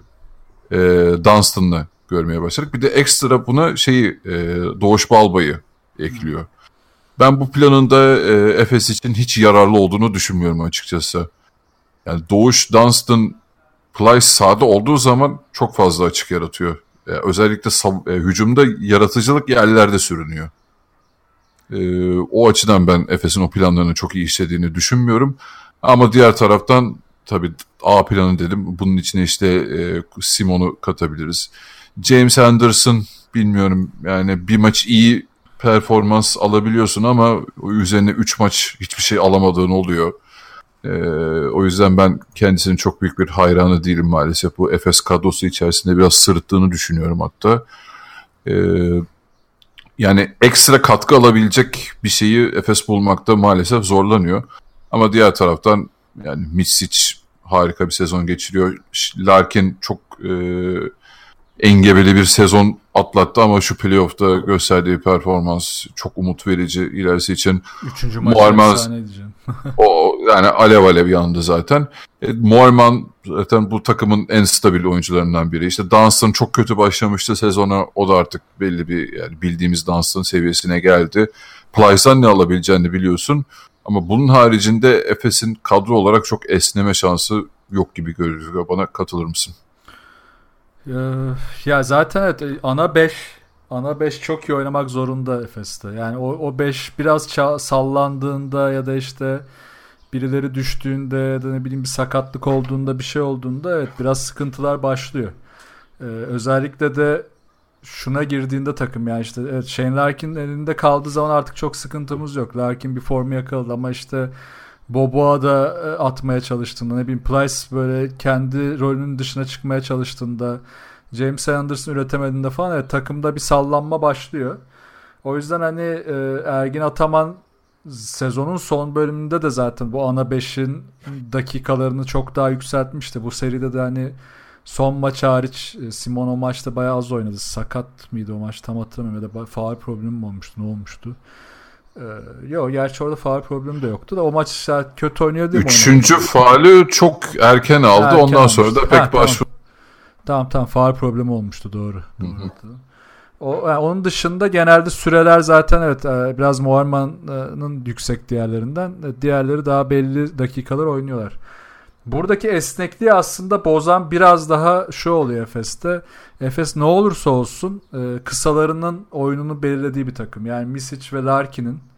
e, Dunstan'la görmeye başladık. Bir de ekstra buna şeyi e, Doğuş Balbay'ı ekliyor. Ben bu planın da e, Efes için hiç yararlı olduğunu düşünmüyorum açıkçası. Yani Doğuş, Dunstan, Plyce sahada olduğu zaman çok fazla açık yaratıyor. E, özellikle e, hücumda yaratıcılık yerlerde sürünüyor. E, o açıdan ben Efes'in o planlarını çok iyi işlediğini düşünmüyorum. Ama diğer taraftan tabii A planı dedim. Bunun içine işte e, Simon'u katabiliriz. James Anderson bilmiyorum yani bir maç iyi performans alabiliyorsun ama üzerine üç maç hiçbir şey alamadığın oluyor. E, o yüzden ben kendisinin çok büyük bir hayranı değilim maalesef. Bu Efes kadrosu içerisinde biraz sırıttığını düşünüyorum hatta. E, yani ekstra katkı alabilecek bir şeyi Efes bulmakta maalesef zorlanıyor. Ama diğer taraftan yani Micic harika bir sezon geçiriyor. Larkin çok e, engebeli bir sezon atlattı ama şu playoff'ta gösterdiği performans çok umut verici ilerisi için. Üçüncü maçı efsane edeceğim. o yani alev alev yandı zaten. E, Moerman zaten bu takımın en stabil oyuncularından biri. İşte Dunstan çok kötü başlamıştı sezona. O da artık belli bir yani bildiğimiz Dunstan seviyesine geldi. Plyce'dan ne alabileceğini biliyorsun. Ama bunun haricinde Efes'in kadro olarak çok esneme şansı yok gibi görünüyor. Bana katılır mısın? Ya zaten evet, ana beş ana beş çok iyi oynamak zorunda Efes'te. Yani o o beş biraz ça- sallandığında ya da işte birileri düştüğünde ya da ne bileyim bir sakatlık olduğunda bir şey olduğunda evet biraz sıkıntılar başlıyor. Ee, özellikle de şuna girdiğinde takım yani işte evet Shane Larkin elinde kaldığı zaman artık çok sıkıntımız yok. Larkin bir formu yakaladı ama işte Boboa da atmaya çalıştığında ne bileyim Plyce böyle kendi rolünün dışına çıkmaya çalıştığında James Anderson üretemediğinde falan evet takımda bir sallanma başlıyor. O yüzden hani e, Ergin Ataman sezonun son bölümünde de zaten bu ana beşin dakikalarını çok daha yükseltmişti. Bu seride de hani son maç hariç Simon o maçta bayağı az oynadı. Sakat mıydı o maç tam hatırlamıyorum ya da faul problemi mi olmuştu ne olmuştu? Ee, yok gerçi orada faul problemi de yoktu da o maç işte kötü oynuyor değil mi? Üçüncü faulü çok erken aldı erken ondan almıştı. Sonra da pek ha, başvur. Tamam tamam, tamam faul problemi olmuştu doğru. doğru. O, yani onun dışında genelde süreler zaten evet biraz Moerman'ın yüksek diğerlerinden diğerleri daha belli dakikalar oynuyorlar. Buradaki esnekliği aslında bozan biraz daha şu oluyor Efes'te. Efes ne olursa olsun kısalarının oyununu belirlediği bir takım. Yani Micic ve Larkin'in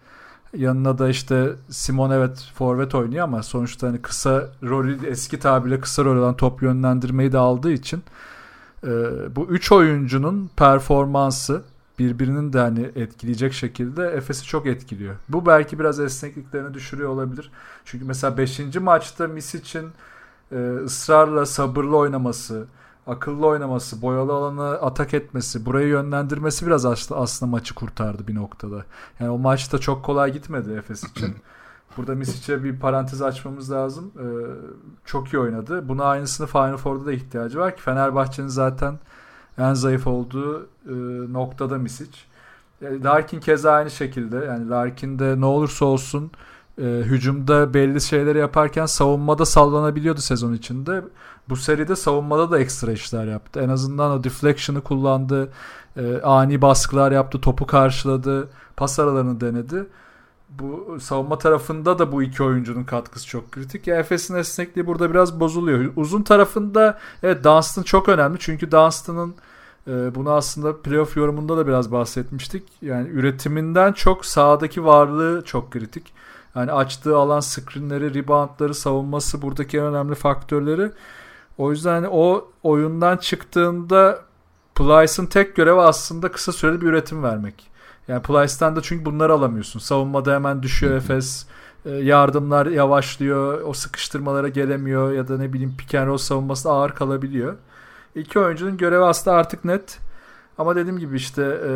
Yanına da işte Simon evet forvet oynuyor ama sonuçta hani kısa rolü, eski tabirle kısa rol olan top yönlendirmeyi de aldığı için e, bu üç oyuncunun performansı birbirinin de hani etkileyecek şekilde Efes'i çok etkiliyor. Bu belki biraz esnekliklerini düşürüyor olabilir. Çünkü mesela beşinci maçta Misic'in e, ısrarla sabırlı oynaması, akıllı oynaması, boyalı alanı atak etmesi, burayı yönlendirmesi biraz aslında maçı kurtardı bir noktada. Yani o maçta çok kolay gitmedi Efes için. Burada Misic'e bir parantez açmamız lazım. Ee, çok iyi oynadı. Buna aynısını Final Four'da da ihtiyacı var ki Fenerbahçe'nin zaten en zayıf olduğu e, noktada Misic. Yani Larkin keza aynı şekilde. Yani Larkin de ne olursa olsun e, hücumda belli şeyleri yaparken savunmada sallanabiliyordu sezon içinde. Bu seride savunmada da ekstra işler yaptı. En azından o deflection'ı kullandı. E, ani baskılar yaptı. Topu karşıladı. Pas aralarını denedi. Bu savunma tarafında da bu iki oyuncunun katkısı çok kritik. Ya Efes'in esnekliği burada biraz bozuluyor. Uzun tarafında evet Dunstan çok önemli. Çünkü Dunstan'ın e, bunu aslında playoff yorumunda da biraz bahsetmiştik. Yani üretiminden çok sahadaki varlığı çok kritik. Yani açtığı alan screenleri, reboundları, savunması buradaki en önemli faktörleri. O yüzden hani o oyundan çıktığında Plyce'ın tek görevi aslında kısa süreli bir üretim vermek. Yani Plyce'dan da çünkü bunları alamıyorsun. Savunmada hemen düşüyor Efes. Yardımlar yavaşlıyor. O sıkıştırmalara gelemiyor. Ya da ne bileyim pick and roll savunması ağır kalabiliyor. İki oyuncunun görevi aslında artık net. Ama dediğim gibi işte e,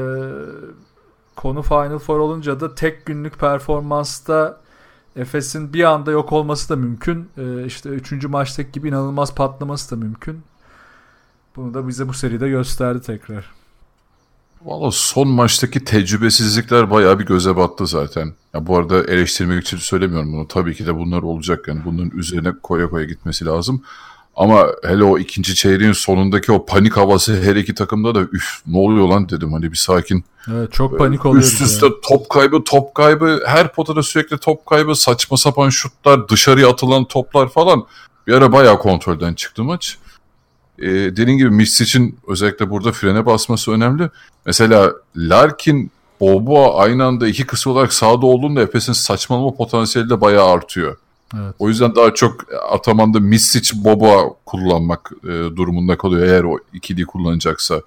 konu Final Four olunca da tek günlük performansta Efes'in bir anda yok olması da mümkün. E, işte üçüncü maçtaki gibi inanılmaz patlaması da mümkün. Bunu da bize bu seride gösterdi tekrar. Valla son maçtaki tecrübesizlikler bayağı bir göze battı zaten. Ya bu arada eleştirmek için söylemiyorum bunu. Tabii ki de bunlar olacak. Yani bunların üzerine koya koya gitmesi lazım. Ama hele o ikinci çeyreğin sonundaki o panik havası her iki takımda da üf ne oluyor lan dedim. Hani bir sakin. Evet, çok panik oluyor. Üst üste ya. top kaybı top kaybı. Her potada sürekli top kaybı. Saçma sapan şutlar, dışarıya atılan toplar falan. Bir ara bayağı kontrolden çıktı maç. Ee, dediğim gibi Misic'in özellikle burada frene basması önemli. Mesela Larkin, Boboa aynı anda iki kısım olarak sahada olduğunda Efes'in saçmalama potansiyeli de bayağı artıyor. Evet. O yüzden daha çok Ataman'da Misic, Boboa kullanmak e, durumunda kalıyor eğer o ikiliyi kullanacaksa.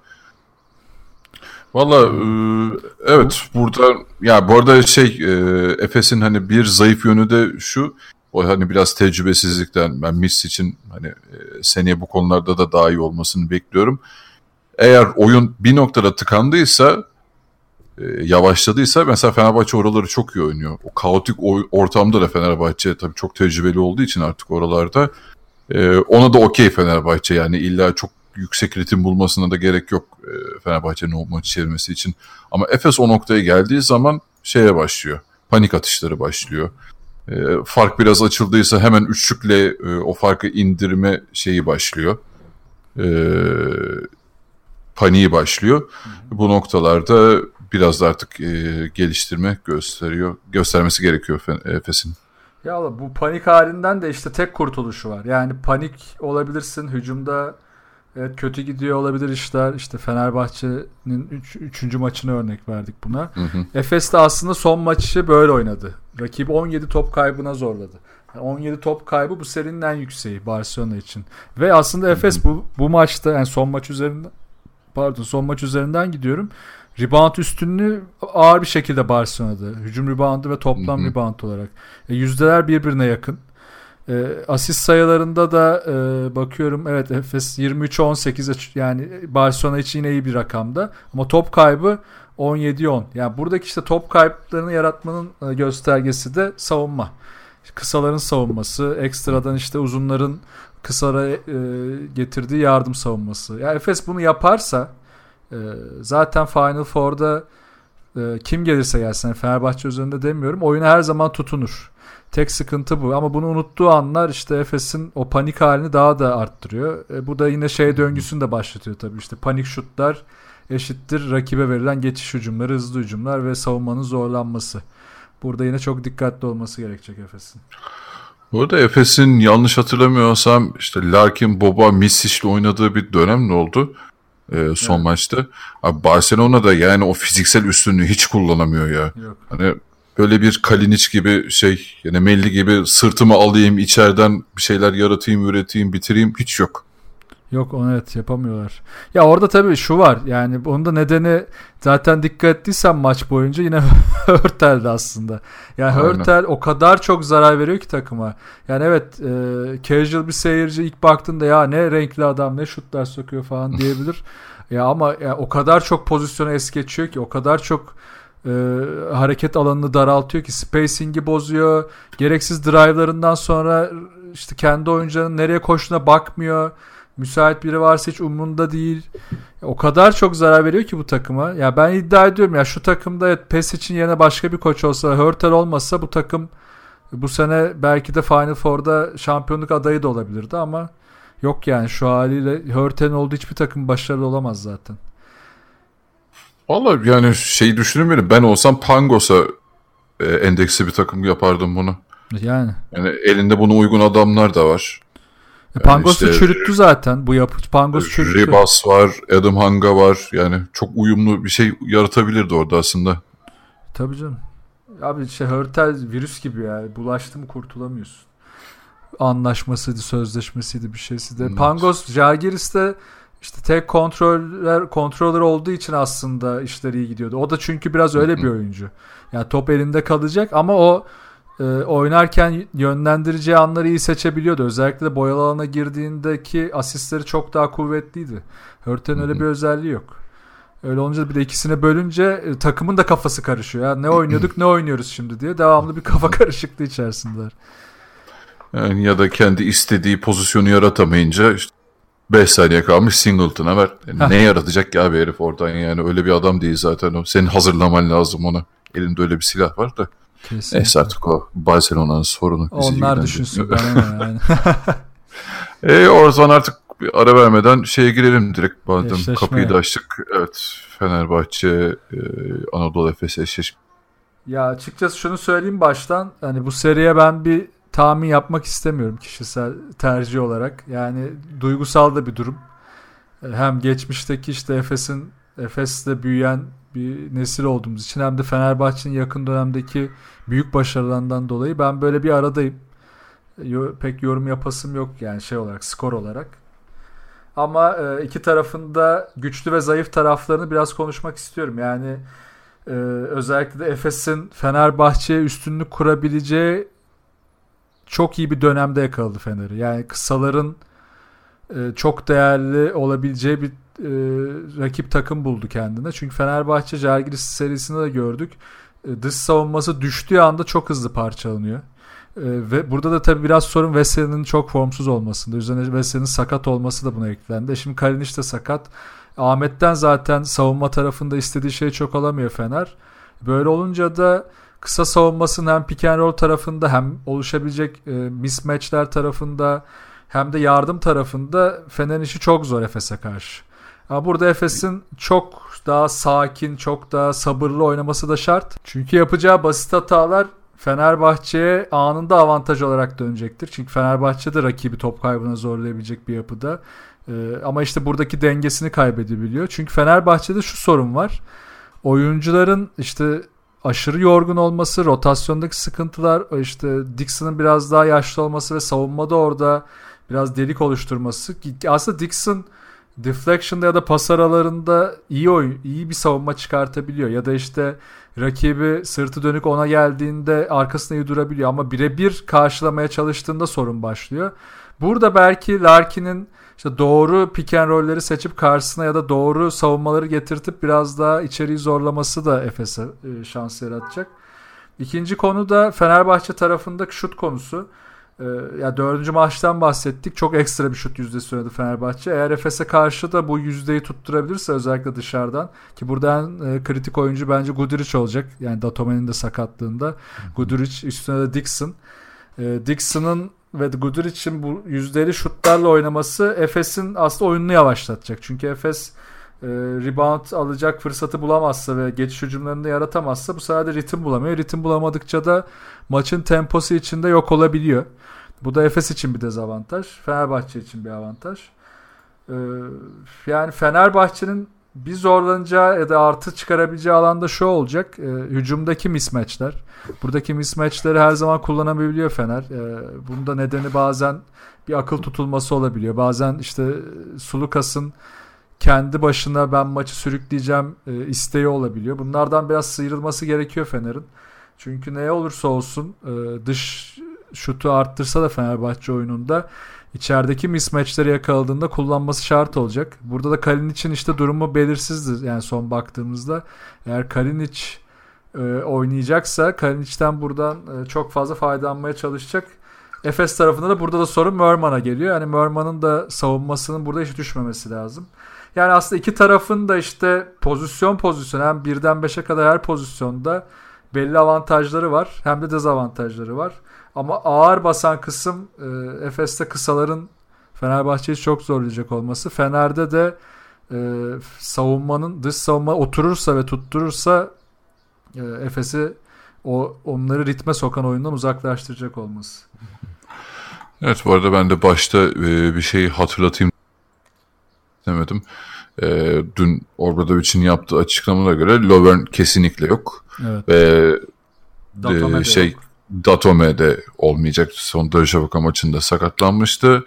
Valla e, evet burada ya bu arada şey e, Efes'in hani bir zayıf yönü de şu. O hani biraz tecrübesizlikten ben Misic'in hani e, seneye bu konularda da daha iyi olmasını bekliyorum. Eğer oyun bir noktada tıkandıysa, e, yavaşladıysa mesela Fenerbahçe oraları çok iyi oynuyor. O kaotik o, ortamda da Fenerbahçe tabii çok tecrübeli olduğu için artık oralarda e, ona da okey Fenerbahçe yani illa çok yüksek ritim bulmasına da gerek yok e, Fenerbahçe'nin o maçı çevirmesi için. Ama Efes o noktaya geldiği zaman şeye başlıyor. Panik atışları başlıyor. E, fark biraz açıldıysa hemen üçlükle e, o farkı indirme şeyi başlıyor. Eee paniği başlıyor. Hı hı. Bu noktalarda biraz da artık e, geliştirme gösteriyor, göstermesi gerekiyor Efes'in. Ya bu panik halinden de işte tek kurtuluşu var. Yani panik olabilirsin, hücumda evet, kötü gidiyor olabilir işler. İşte Fenerbahçe'nin üç, üçüncü maçını örnek verdik buna. Hı hı. Efes de aslında son maçı böyle oynadı. Rakibi on yedi top kaybına zorladı. Yani on yedi top kaybı bu serinin en yükseği Barcelona için. Ve aslında Efes hı hı. bu bu maçta yani son maç üzerinden Pardon son maç üzerinden gidiyorum. Rebound üstünlüğü ağır bir şekilde Barcelona'da. Hücum reboundu ve toplam hı hı. rebound olarak. E, yüzdeler birbirine yakın. E, asist sayılarında da e, bakıyorum evet Efes yirmi üçe on sekiz yani Barcelona için yine iyi bir rakamda. Ama top kaybı on yediye on. Yani buradaki işte top kayıplarını yaratmanın e, göstergesi de savunma. Kısaların savunması, ekstradan işte uzunların kısara e, getirdiği yardım savunması. Yani Efes bunu yaparsa e, zaten Final Four'da e, kim gelirse gelsin Fenerbahçe üzerinde demiyorum. Oyuna her zaman tutunur. Tek sıkıntı bu. Ama bunu unuttuğu anlar işte Efes'in o panik halini daha da arttırıyor. E, bu da yine şey döngüsünü de başlatıyor tabii. İşte panik şutlar eşittir rakibe verilen geçiş hücumları, hızlı hücumlar ve savunmanın zorlanması. Burada yine çok dikkatli olması gerekecek Efes'in. Bu arada Efes'in yanlış hatırlamıyorsam işte Larkin, Boba, Misic'le oynadığı bir dönem ne oldu ee, son evet. maçta? Abi Barcelona'da yani o fiziksel üstünlüğü hiç kullanamıyor ya. Yok. Hani öyle bir Kalinic gibi şey, yani Melli gibi sırtımı alayım, içeriden bir şeyler yaratayım, üreteyim, bitireyim hiç yok. Yok, onu evet yapamıyorlar. Ya orada tabii şu var, yani onun da nedeni zaten dikkat ettiysen maç boyunca yine Hurtel'di aslında. Yani Hurtel o kadar çok zarar veriyor ki takıma. Yani evet, e, casual bir seyirci ilk baktığında ya ne renkli adam, ne şutlar sokuyor falan diyebilir. Ya ama ya, o kadar çok pozisyonu es geçiyor ki, o kadar çok e, hareket alanını daraltıyor ki, spacing'i bozuyor. Gereksiz drive'larından sonra işte kendi oyuncularının nereye koştuğuna bakmıyor. Müsait biri varsa hiç umurunda değil. O kadar çok zarar veriyor ki bu takıma. Ya ben iddia ediyorum ya, şu takımda evet, Pesic'in yerine başka bir koç olsa, Hurtel olmasa bu takım bu sene belki de Final Four'da şampiyonluk adayı da olabilirdi ama yok yani, şu haliyle Hurtel'in olduğu hiçbir takım başarılı olamaz zaten. Vallahi yani şeyi düşünün, ben olsam Pangos'a e, endeksi bir takım yapardım bunu. Yani. Yani elinde buna uygun adamlar da var. E, Pangos'u yani işte, çürüttü zaten. Bu yapı Pangos çürüttü. Ribas var, Adam Hanga var. Yani çok uyumlu bir şey yaratabilirdi orada aslında. Tabii canım. Abi şey, Hurtel virüs gibi ya. Bulaştı mı kurtulamıyorsun. Anlaşmasıydı, sözleşmesiydi, bir şeysiydi. Evet. Pangos, Žalgiris'te işte tek kontroller kontroller olduğu için aslında işler iyi gidiyordu. O da çünkü biraz öyle bir oyuncu. Yani top elinde kalacak ama o e, oynarken yönlendireceği anları iyi seçebiliyordu. Özellikle de boyalı alana girdiğindeki asistleri çok daha kuvvetliydi. Hurtel'in öyle bir özelliği yok. Öyle olunca bir de ikisine bölünce e, takımın da kafası karışıyor. Ya ne oynuyorduk, ne oynuyoruz şimdi diye devamlı bir kafa karışıklığı içerisindeler. Yani ya da kendi istediği pozisyonu yaratamayınca işte beş saniye kalmış Singleton'a ver. Yani ne yaratacak ki abi herif oradan, yani öyle bir adam değil zaten o. Senin hazırlaman lazım onu. Elinde öyle bir silah var da. Kesinlikle. Neyse artık o Barcelona'nın sorunu. Onlar düşünsün bana yani. e, o zaman artık bir ara vermeden şeye girelim direkt. Madem kapıyı da açtık. Evet, Fenerbahçe e, Anadolu Efes eşleşme. Ya açıkçası şunu söyleyeyim baştan. Hani bu seriye ben bir tahmin yapmak istemiyorum kişisel tercih olarak. Yani duygusal da bir durum. Hem geçmişteki işte Efes'in Efes'te büyüyen bir nesil olduğumuz için, hem de Fenerbahçe'nin yakın dönemdeki büyük başarılarından dolayı ben böyle bir aradayım. Pek yorum yapasım yok yani şey olarak, skor olarak. Ama iki tarafında güçlü ve zayıf taraflarını biraz konuşmak istiyorum. Yani özellikle de Efes'in Fenerbahçe'ye üstünlük kurabileceği çok iyi bir dönemde yakaladı Fener'i. Yani kısaların e, çok değerli olabileceği bir e, rakip takım buldu kendine. Çünkü Fenerbahçe Žalgiris serisinde de gördük. E, dış savunması düştüğü anda çok hızlı parçalanıyor. E, ve burada da tabii biraz sorun Veseli'nin çok formsuz olmasında. Üzerine Veseli'nin sakat olması da buna eklendi. E şimdi Kalinic de sakat. Ahmet'ten zaten savunma tarafında istediği şeyi çok alamıyor Fener. Böyle olunca da kısa savunmasının hem pick and roll tarafında, hem oluşabilecek e, mismatchler tarafında, hem de yardım tarafında Fener'in işi çok zor Efes'e karşı. Ama burada Efes'in çok daha sakin, çok daha sabırlı oynaması da şart. Çünkü yapacağı basit hatalar Fenerbahçe'ye anında avantaj olarak dönecektir. Çünkü Fenerbahçe de rakibi top kaybına zorlayabilecek bir yapıda. E, ama işte buradaki dengesini kaybedebiliyor. Çünkü Fenerbahçe'de şu sorun var. Oyuncuların işte aşırı yorgun olması, rotasyondaki sıkıntılar, işte Dixon'ın biraz daha yaşlı olması ve savunmada orada biraz delik oluşturması. Aslında Dixon deflection'da ya da pas aralarında iyi oyun, iyi bir savunma çıkartabiliyor. Ya da işte rakibi sırtı dönük ona geldiğinde arkasına iyi durabiliyor. Ama birebir karşılamaya çalıştığında sorun başlıyor. Burada belki Larkin'in İşte doğru pick and roll'leri seçip karşısına ya da doğru savunmaları getirtip biraz daha içeriği zorlaması da Efes'e e, şans yaratacak. İkinci konu da Fenerbahçe tarafındaki şut konusu. E, ya dördüncü maçtan bahsettik. Çok ekstra bir şut yüzdesi oynadı Fenerbahçe. Eğer Efes'e karşı da bu yüzdeyi tutturabilirse, özellikle dışarıdan, ki burada en e, kritik oyuncu bence Guduric olacak. Yani Datome'nin de sakatlığında. Guduric, üstüne de Dixon. E, Dixon'ın ve Guduric'in bu yüzdeli şutlarla oynaması Efes'in aslında oyununu yavaşlatacak. Çünkü Efes e, rebound alacak fırsatı bulamazsa ve geçiş hücumlarını da yaratamazsa bu sefer de ritim bulamıyor. Ritim bulamadıkça da maçın temposu içinde yok olabiliyor. Bu da Efes için bir dezavantaj. Fenerbahçe için bir avantaj. E, yani Fenerbahçe'nin bir zorlanacağı ya da artı çıkarabileceği alanda şu olacak. E, hücumdaki mismatchler. Buradaki mismatchleri her zaman kullanabiliyor Fener. E, bunun da nedeni bazen bir akıl tutulması olabiliyor. Bazen işte Sulukas'ın kendi başına ben maçı sürükleyeceğim e, isteği olabiliyor. Bunlardan biraz sıyrılması gerekiyor Fener'in. Çünkü ne olursa olsun e, dış şutu arttırsa da Fenerbahçe oyununda içerideki mismatchleri yakaladığında kullanması şart olacak. Burada da Kalinic'in işte durumu belirsizdir yani son baktığımızda. Eğer Kalinic e, oynayacaksa Kalinic'ten buradan e, çok fazla faydalanmaya çalışacak. Efes tarafında da burada da sorun Mörman'a geliyor. Yani Mörman'ın da savunmasının burada hiç düşmemesi lazım. Yani aslında iki tarafın da işte pozisyon pozisyon hem birden beşe kadar her pozisyonda belli avantajları var hem de dezavantajları var. Ama ağır basan kısım e, Efes'te kısaların Fenerbahçe'yi çok zorlayacak olması. Fener'de de e, savunmanın dış savunma oturursa ve tutturursa e, Efes'i o onları ritme sokan oyundan uzaklaştıracak olması. Evet, bu arada ben de başta e, bir şey hatırlatayım demedim. E, dün Obradovic'in yaptığı açıklamalara göre Lovern kesinlikle yok. Evet. Ve Datome e, şey yok. Datome de olmayacak. Son Darüşşafaka maçında sakatlanmıştı.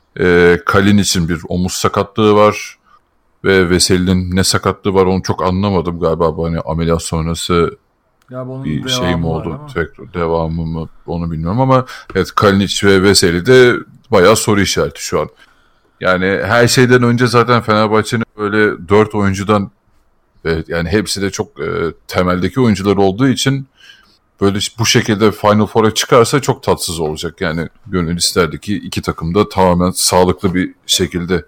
E, Kalinic'in bir omuz sakatlığı var. Ve Veseli'nin ne sakatlığı var onu çok anlamadım. Galiba bu hani ameliyat sonrası Ya bunun bir şey mi devamı var oldu? ama. Tekrar devamı mı onu bilmiyorum ama evet, Kalinic ve Veseli de bayağı soru işareti şu an. Yani her şeyden önce zaten Fenerbahçe'nin böyle dört oyuncudan evet, yani hepsi de çok e, temeldeki oyuncular olduğu için böyle bu şekilde Final Four'a çıkarsa çok tatsız olacak. Yani gönül isterdi ki iki takım da tamamen sağlıklı bir şekilde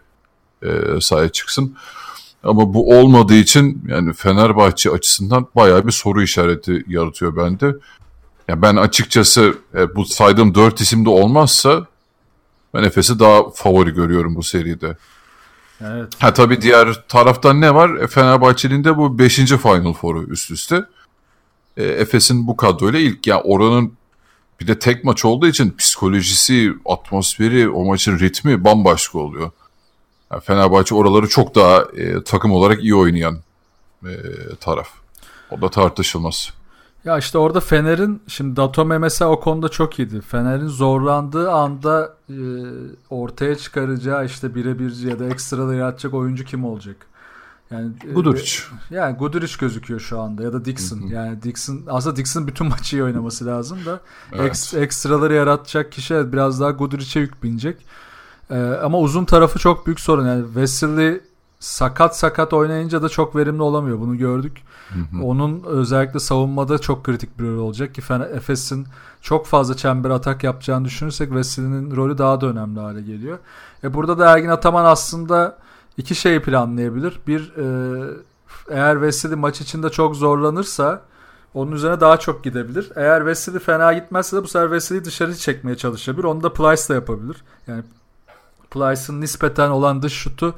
e, sahaya çıksın. Ama bu olmadığı için yani Fenerbahçe açısından bayağı bir soru işareti yaratıyor bende. Yani ben açıkçası e, bu saydığım dört isimde olmazsa ben Efes'i daha favori görüyorum bu seride. Evet. Ha tabii diğer taraftan ne var? E, Fenerbahçe'nin de bu beşinci Final Four'u üst üste. E, Efes'in bu kadroyla ilk ya yani oranın bir de tek maç olduğu için psikolojisi, atmosferi, o maçın ritmi bambaşka oluyor. Yani Fenerbahçe oraları çok daha e, takım olarak iyi oynayan e, taraf. O da tartışılmaz. Ya işte orada Fener'in şimdi Datome mesela o konuda çok iyiydi. Fener'in zorlandığı anda e, ortaya çıkaracağı işte birebir ya da ekstra da yaratacak oyuncu kim olacak? Yani Guduric. E, yani Guduric gözüküyor şu anda ya da Dixon. Hı hı. Yani Dixon aslında Dixon bütün maçı iyi oynaması lazım da evet. eks, ekstraları yaratacak kişi biraz daha Guduric'e yük binecek. E, ama uzun tarafı çok büyük sorun. Yani Veseli sakat sakat oynayınca da çok verimli olamıyor. Bunu gördük. Hı hı. Onun özellikle savunmada çok kritik bir rol olacak ki Efes'in çok fazla çember atak yapacağını düşünürsek Veseli'nin rolü daha da önemli hale geliyor. E burada da Ergin Ataman aslında iki şeyi planlayabilir. Bir, e, eğer Veseli maç içinde çok zorlanırsa onun üzerine daha çok gidebilir. Eğer Veseli fena gitmezse de bu sefer Veseli'yi dışarı çekmeye çalışabilir. Onu da Plyce'la yapabilir. Yani Plyce'ın nispeten olan dış şutu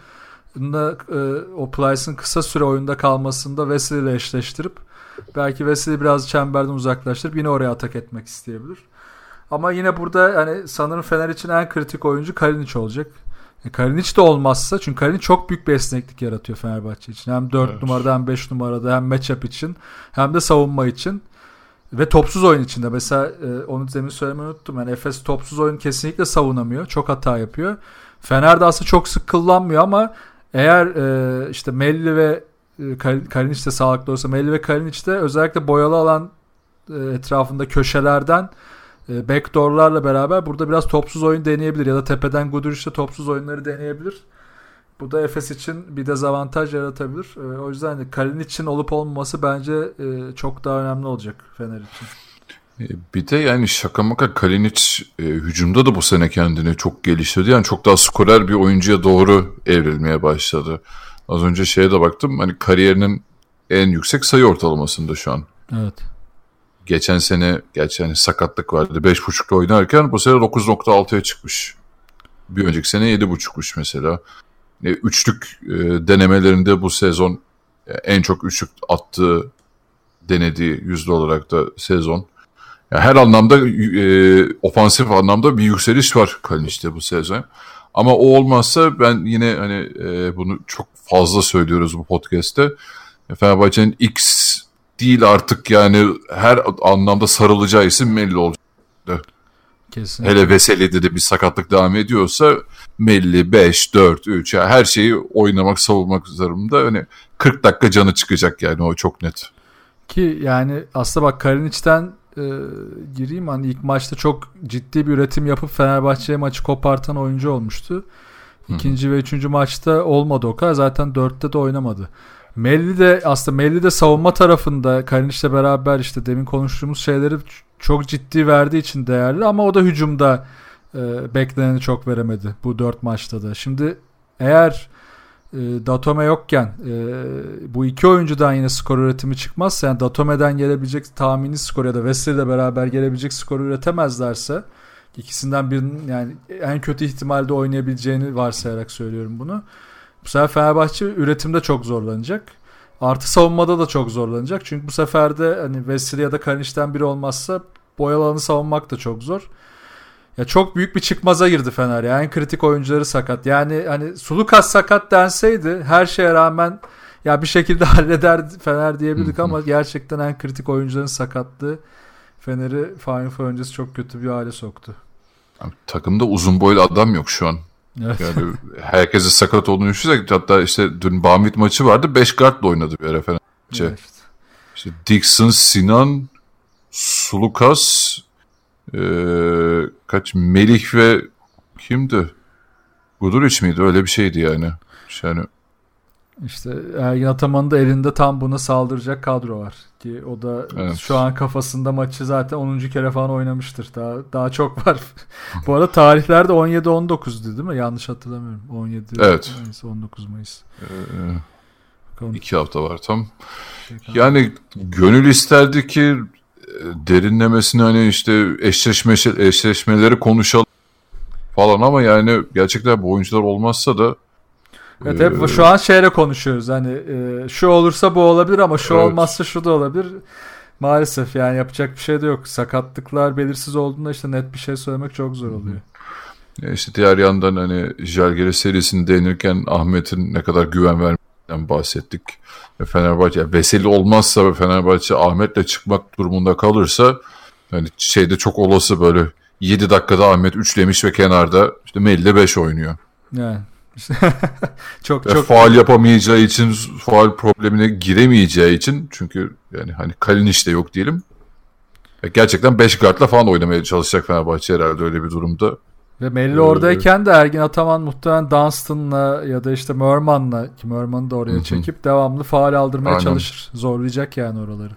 o Plyce'ın kısa süre oyunda kalmasında Veseli ile eşleştirip belki Veseli biraz çemberden uzaklaştırıp yine oraya atak etmek isteyebilir. Ama yine burada yani sanırım Fener için en kritik oyuncu Kalinic olacak. E, Kalinic de olmazsa çünkü Kalinic çok büyük bir esneklik yaratıyor Fenerbahçe için. Hem dört evet. numarada hem beş numarada hem matchup için hem de savunma için ve topsuz oyun içinde. Mesela e, onu demin söylemeyi unuttum. Yani Efes topsuz oyun kesinlikle savunamıyor. Çok hata yapıyor. Fener de aslında çok sık kullanmıyor ama eğer e, işte Melli ve e, Kalinic de sağlıklı olursa Melli ve Kalinic de özellikle boyalı alan e, etrafında köşelerden e, backdoor'larla beraber burada biraz topsuz oyun deneyebilir ya da tepeden Guduric'le topsuz oyunları deneyebilir. Bu da Efes için bir dezavantaj yaratabilir. E, o yüzden de Kalinic'in olup olmaması bence e, çok daha önemli olacak Fener için. Bir de yani şaka maka Kalinic e, hücumda da bu sene kendini çok geliştirdi. Yani çok daha skorer bir oyuncuya doğru evrilmeye başladı. Az önce şeye de baktım. Hani kariyerinin en yüksek sayı ortalamasında şu an. Evet. Geçen sene gerçi hani sakatlık vardı. beş buçukla oynarken bu sene dokuz nokta altıya çıkmış. Bir önceki sene yedi buçukmuş mesela. E, üçlük e, denemelerinde bu sezon e, en çok üçlük attığı denediği yüzde olarak da sezon. Yani her anlamda e, ofansif anlamda bir yükseliş var Kalinic'te bu sezon. Ama o olmazsa ben yine hani e, bunu çok fazla söylüyoruz bu podcast'te. Fenerbahçe'nin X değil artık yani her anlamda sarılacağı isim Melli olacak. Kesinlikle. Hele Veseli'de de bir sakatlık devam ediyorsa Melli beş, dört, üç yani her şeyi oynamak, savunmak zorunda. Hani kırk dakika canı çıkacak yani o çok net. Ki yani aslında bak Kalinic'ten e, gireyim hani ilk maçta çok ciddi bir üretim yapıp Fenerbahçe'ye maçı kopartan oyuncu olmuştu. İkinci Hı-hı. ve üçüncü maçta olmadı o kadar. Zaten dörtte de oynamadı. Melli de aslında Melli de savunma tarafında Kalinic'le beraber işte demin konuştuğumuz şeyleri çok ciddi verdiği için değerli ama o da hücumda e, bekleneni çok veremedi bu dört maçta da. Şimdi eğer e, Datome yokken e, bu iki oyuncudan yine skor üretimi çıkmazsa yani Datome'den gelebilecek tahmini skor ya da Veseli ile beraber gelebilecek skoru üretemezlerse ikisinden birinin yani en kötü ihtimalde oynayabileceğini varsayarak söylüyorum bunu. Bu sefer Fenerbahçe üretimde çok zorlanacak. Artı savunmada da çok zorlanacak. Çünkü bu sefer de hani Veseli ya da Kalinic'ten biri olmazsa boy alanı savunmak da çok zor. Ya çok büyük bir çıkmaza girdi Fener. Yani en kritik oyuncuları sakat. Yani hani Sulukas sakat denseydi her şeye rağmen ya bir şekilde halleder Fener diyebildik ama gerçekten en kritik oyuncuların sakatlığı Fener'i Final Four öncesi çok kötü bir hale soktu. Abi, takımda uzun boylu adam yok şu an. Evet. Yani herkese sakat olduğunu düşünsek hatta işte dün Banvit maçı vardı beş guardla oynadı bir ara Fenerbahçe. Evet. İşte Dixon, Sinan, Sulukas, e, kaç Melih ve kimdi? Guduric miydi? Öyle bir şeydi yani. Yani İşte Ergin Ataman'ın da elinde tam buna saldıracak kadro var ki o da evet. Şu an kafasında maçı zaten onuncu kere falan oynamıştır. Daha daha çok var. Bu arada tarihlerde on yedi on dokuzdu değil mi? Yanlış hatırlamıyorum. on yedi evet. Mayıs, on dokuz Mayıs. Ee, iki hafta var tam. Yani gönül isterdi ki derinlemesine hani işte eşleşme eşleşmeleri konuşalım falan ama yani gerçekten bu oyuncular olmazsa da evet hep ee, şu an şeyle konuşuyoruz hani e, şu olursa bu olabilir ama şu evet. olmazsa şu da olabilir. Maalesef yani yapacak bir şey de yok. Sakatlıklar belirsiz olduğunda işte net bir şey söylemek çok zor oluyor. Ya işte diğer yandan hani Žalgiris serisini değinirken Ahmet'in ne kadar güven vermesinden bahsettik. Fenerbahçe Veseli olmazsa ve Fenerbahçe Ahmet'le çıkmak durumunda kalırsa hani şeyde çok olası böyle yedi dakikada Ahmet üçlemiş ve kenarda işte Melli beş oynuyor. Yani çok ve çok faul yapamayacağı için faul problemine giremeyeceği için çünkü yani hani Kalinic de yok diyelim. Gerçekten beş guardla falan oynamaya çalışacak Fenerbahçe herhalde öyle bir durumda. Ve Melli ee, oradayken de Ergin Ataman muhtemelen Dunstan'la ya da işte Mörman'la ki Mörman'ı da oraya hı-hı. çekip devamlı faul aldırmaya Aynen. çalışır. Zorlayacak yani oraları.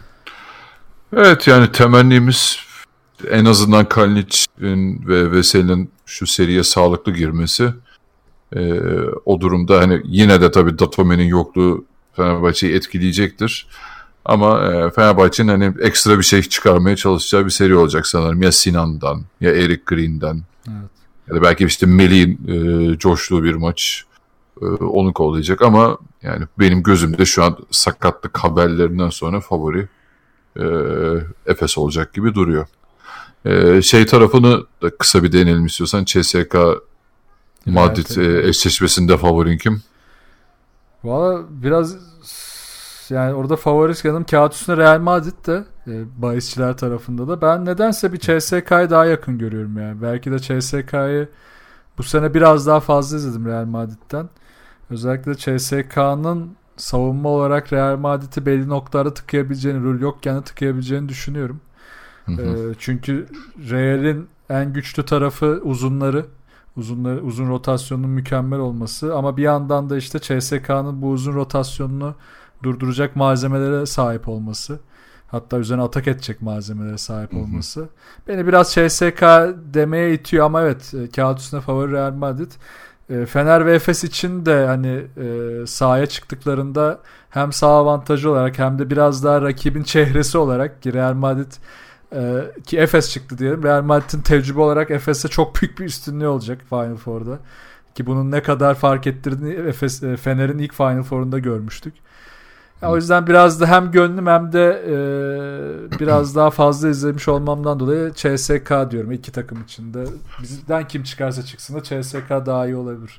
Evet yani temennimiz en azından Kalinic'in ve Veseli'nin şu seriye sağlıklı girmesi. Ee, o durumda hani yine de tabii Datome'nin yokluğu Fenerbahçe'yi etkileyecektir. Ama e, Fenerbahçe'nin hani ekstra bir şey çıkarmaya çalışacağı bir seri olacak sanırım. Ya Sinan'dan ya Eric Green'den. Evet. Ya da belki işte Melih'in e, coştuğu bir maç e, onu kollayacak ama yani benim gözümde şu an sakatlık haberlerinden sonra favori e, Efes olacak gibi duruyor. E, şey tarafını da kısa bir deneyelim istiyorsan. C S K Madrid evet, eşleşmesinde favorin kim? Valla biraz yani orada favori yanım kağıt üstünde Real Madrid de e, bahisçiler tarafında da. Ben nedense bir C S K'yı daha yakın görüyorum yani. Belki de C S K'yı bu sene biraz daha fazla izledim Real Madrid'den. Özellikle C S K'nın savunma olarak Real Madrid'i belli noktalara tıkayabileceğini, rol yokken de tıkayabileceğini düşünüyorum. Hı hı. E, çünkü Real'in en güçlü tarafı uzunları. Uzunları, uzun rotasyonunun mükemmel olması ama bir yandan da işte C S K'nın bu uzun rotasyonunu durduracak malzemelere sahip olması. Hatta üzerine atak edecek malzemelere sahip olması. Hı hı. Beni biraz C S K demeye itiyor ama evet kağıt üstünde favori Real Madrid. Fener ve Efes için de hani sahaya çıktıklarında hem sağ avantajı olarak hem de biraz daha rakibin çehresi olarak ki Real Madrid Ee, ki Efes çıktı diyelim. Real Madrid'in tecrübe olarak Efes'e çok büyük bir üstünlüğü olacak Final Four'da. Ki bunun ne kadar fark ettirdiğini Efes, Fener'in ilk Final Four'unda görmüştük. Ya o yüzden biraz da hem gönlüm hem de e, biraz daha fazla izlemiş olmamdan dolayı C S K diyorum iki takım içinde. Bizden kim çıkarsa çıksın da C S K daha iyi olabilir.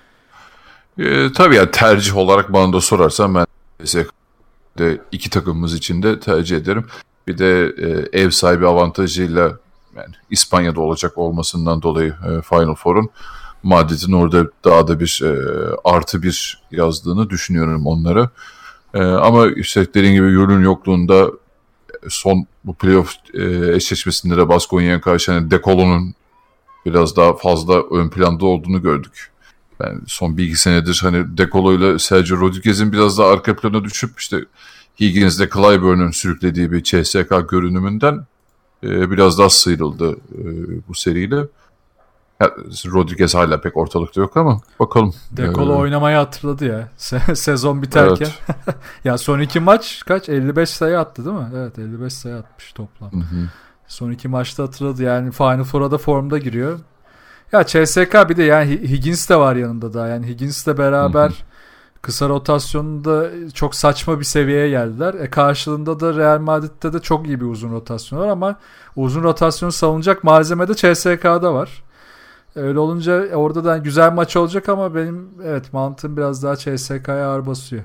E, tabii ya tercih olarak bana da sorarsan ben C S K'de iki takımımız için de tercih ederim. Bir de e, ev sahibi avantajıyla yani İspanya'da olacak olmasından dolayı e, Final Four'un Madrid'in orada daha da bir e, artı bir yazdığını düşünüyorum onlara. E, ama işte dediğim gibi Euroleague'nin yokluğunda son bu playoff e, eşleşmesinde de Baskonya'ya karşı hani De Colo'nun biraz daha fazla ön planda olduğunu gördük. Yani son bir iki senedir hani De Colo ile Sergio Rodriguez'in biraz daha arka plana düşüp işte Higgins'le Clyburn'un sürüklediği bir C S K görünümünden e, biraz daha sıyrıldı e, bu seriyle. Ya, Rodriguez hala pek ortalıkta yok ama bakalım. De Colo ee, oynamayı hatırladı ya Se- sezon biterken. Evet. Ya son iki maç kaç? elli beş sayı attı değil mi? Evet elli beş sayı atmış toplam. Hı hı. Son iki maçta hatırladı yani Final Four'a da formda giriyor. Ya C S K bir de yani Higgins de var yanında da. Yani Higgins'le beraber hı hı. kısa rotasyonunda çok saçma bir seviyeye geldiler. E karşılığında da Real Madrid'de de çok iyi bir uzun rotasyon var ama uzun rotasyonu savunacak malzeme de C S K'da var. Öyle olunca orada da güzel maç olacak ama benim evet mantığım biraz daha C S K'ya ağır basıyor.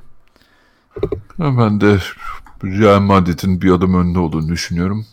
Ben de Real Madrid'in bir adım önde olduğunu düşünüyorum.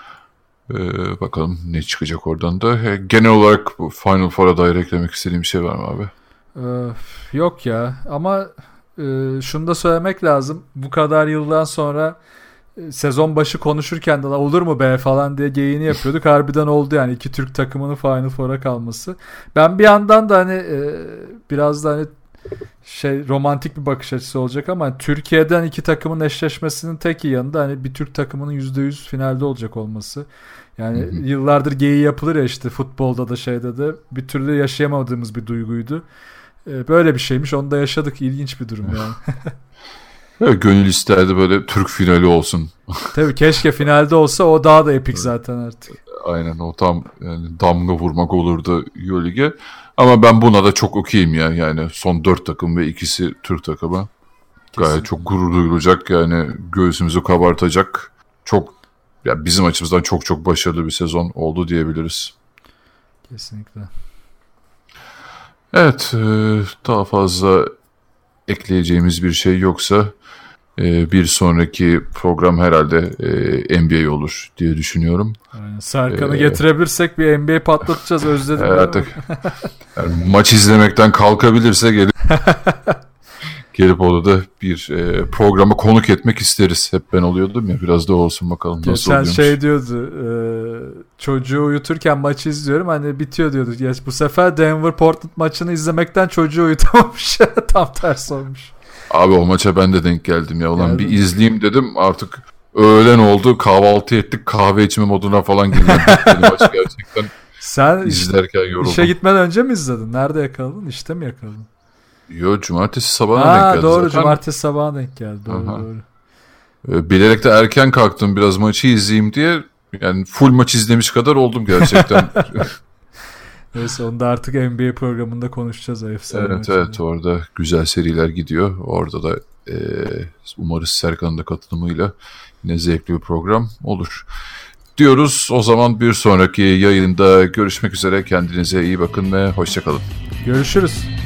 Ee, bakalım ne çıkacak oradan da. Genel olarak bu Final Four'a dair eklemek istediğim bir şey var mı abi? Ee, yok ya ama e, şunu da söylemek lazım. Bu kadar yıldan sonra e, sezon başı konuşurken de olur mu be falan diye geyiğini yapıyorduk. Harbiden oldu yani iki Türk takımının Final Four'a kalması. Ben bir yandan da hani e, biraz da hani şey romantik bir bakış açısı olacak ama hani Türkiye'den iki takımın eşleşmesinin tek iyi yanı da hani bir Türk takımının yüzde yüz finalde olacak olması. Yani hı hı. Yıllardır geyiği yapılır ya işte futbolda da şeyde de bir türlü yaşayamadığımız bir duyguydu. Böyle bir şeymiş. Onu da yaşadık. İlginç bir durum yani. Evet, gönül isterdi böyle Türk finali olsun. Tabii keşke finalde olsa o daha da epik zaten artık. Aynen o tam yani damga vurmak olurdu Euroleague'e. Ama ben buna da çok okeyim ya. Yani son dört takım ve ikisi Türk takımı. Gayet çok gurur duyulacak yani göğsümüzü kabartacak. Çok ya bizim açımızdan çok çok başarılı bir sezon oldu diyebiliriz. Kesinlikle. Evet, daha fazla ekleyeceğimiz bir şey yoksa bir sonraki program herhalde N B A olur diye düşünüyorum. Aynen. Serkan'ı ee, getirebilirsek bir N B A patlatacağız, özledim. Artık yani maç izlemekten kalkabilirse gelip gelip orada bir e, programa konuk etmek isteriz. Hep ben oluyordum ya, biraz da olsun bakalım nasıl geçen oluyormuş. Geçen şey diyordu, e, çocuğu uyuturken maçı izliyorum, hani bitiyor diyordu. Ya, bu sefer Denver Portland maçını izlemekten çocuğu uyutamamış. Tam tersi olmuş. Abi o maça ben de denk geldim ya. Ulan Geldim. Bir izleyeyim dedim, artık öğlen oldu, kahvaltı ettik, kahve içme moduna falan girdim. Maç gerçekten sen izlerken yoruldum. İşe gitmeden önce mi izledin? Nerede yakaladın? İşte mi yakaladın? Yo, cumartesi sabahına ha, denk geldi doğru, zaten. Cumartesi sabahına denk geldi. Doğru, Aha. doğru. Bilerek de erken kalktım biraz maçı izleyeyim diye. Yani full maç izlemiş kadar oldum gerçekten. Neyse, onu da artık N B A programında konuşacağız. Efsane evet maçında. Evet, orada güzel seriler gidiyor. Orada da e, umarız Serkan'ın da katılımıyla yine zevkli bir program olur diyoruz. O zaman bir sonraki yayında görüşmek üzere. Kendinize iyi bakın ve hoşça kalın. Görüşürüz.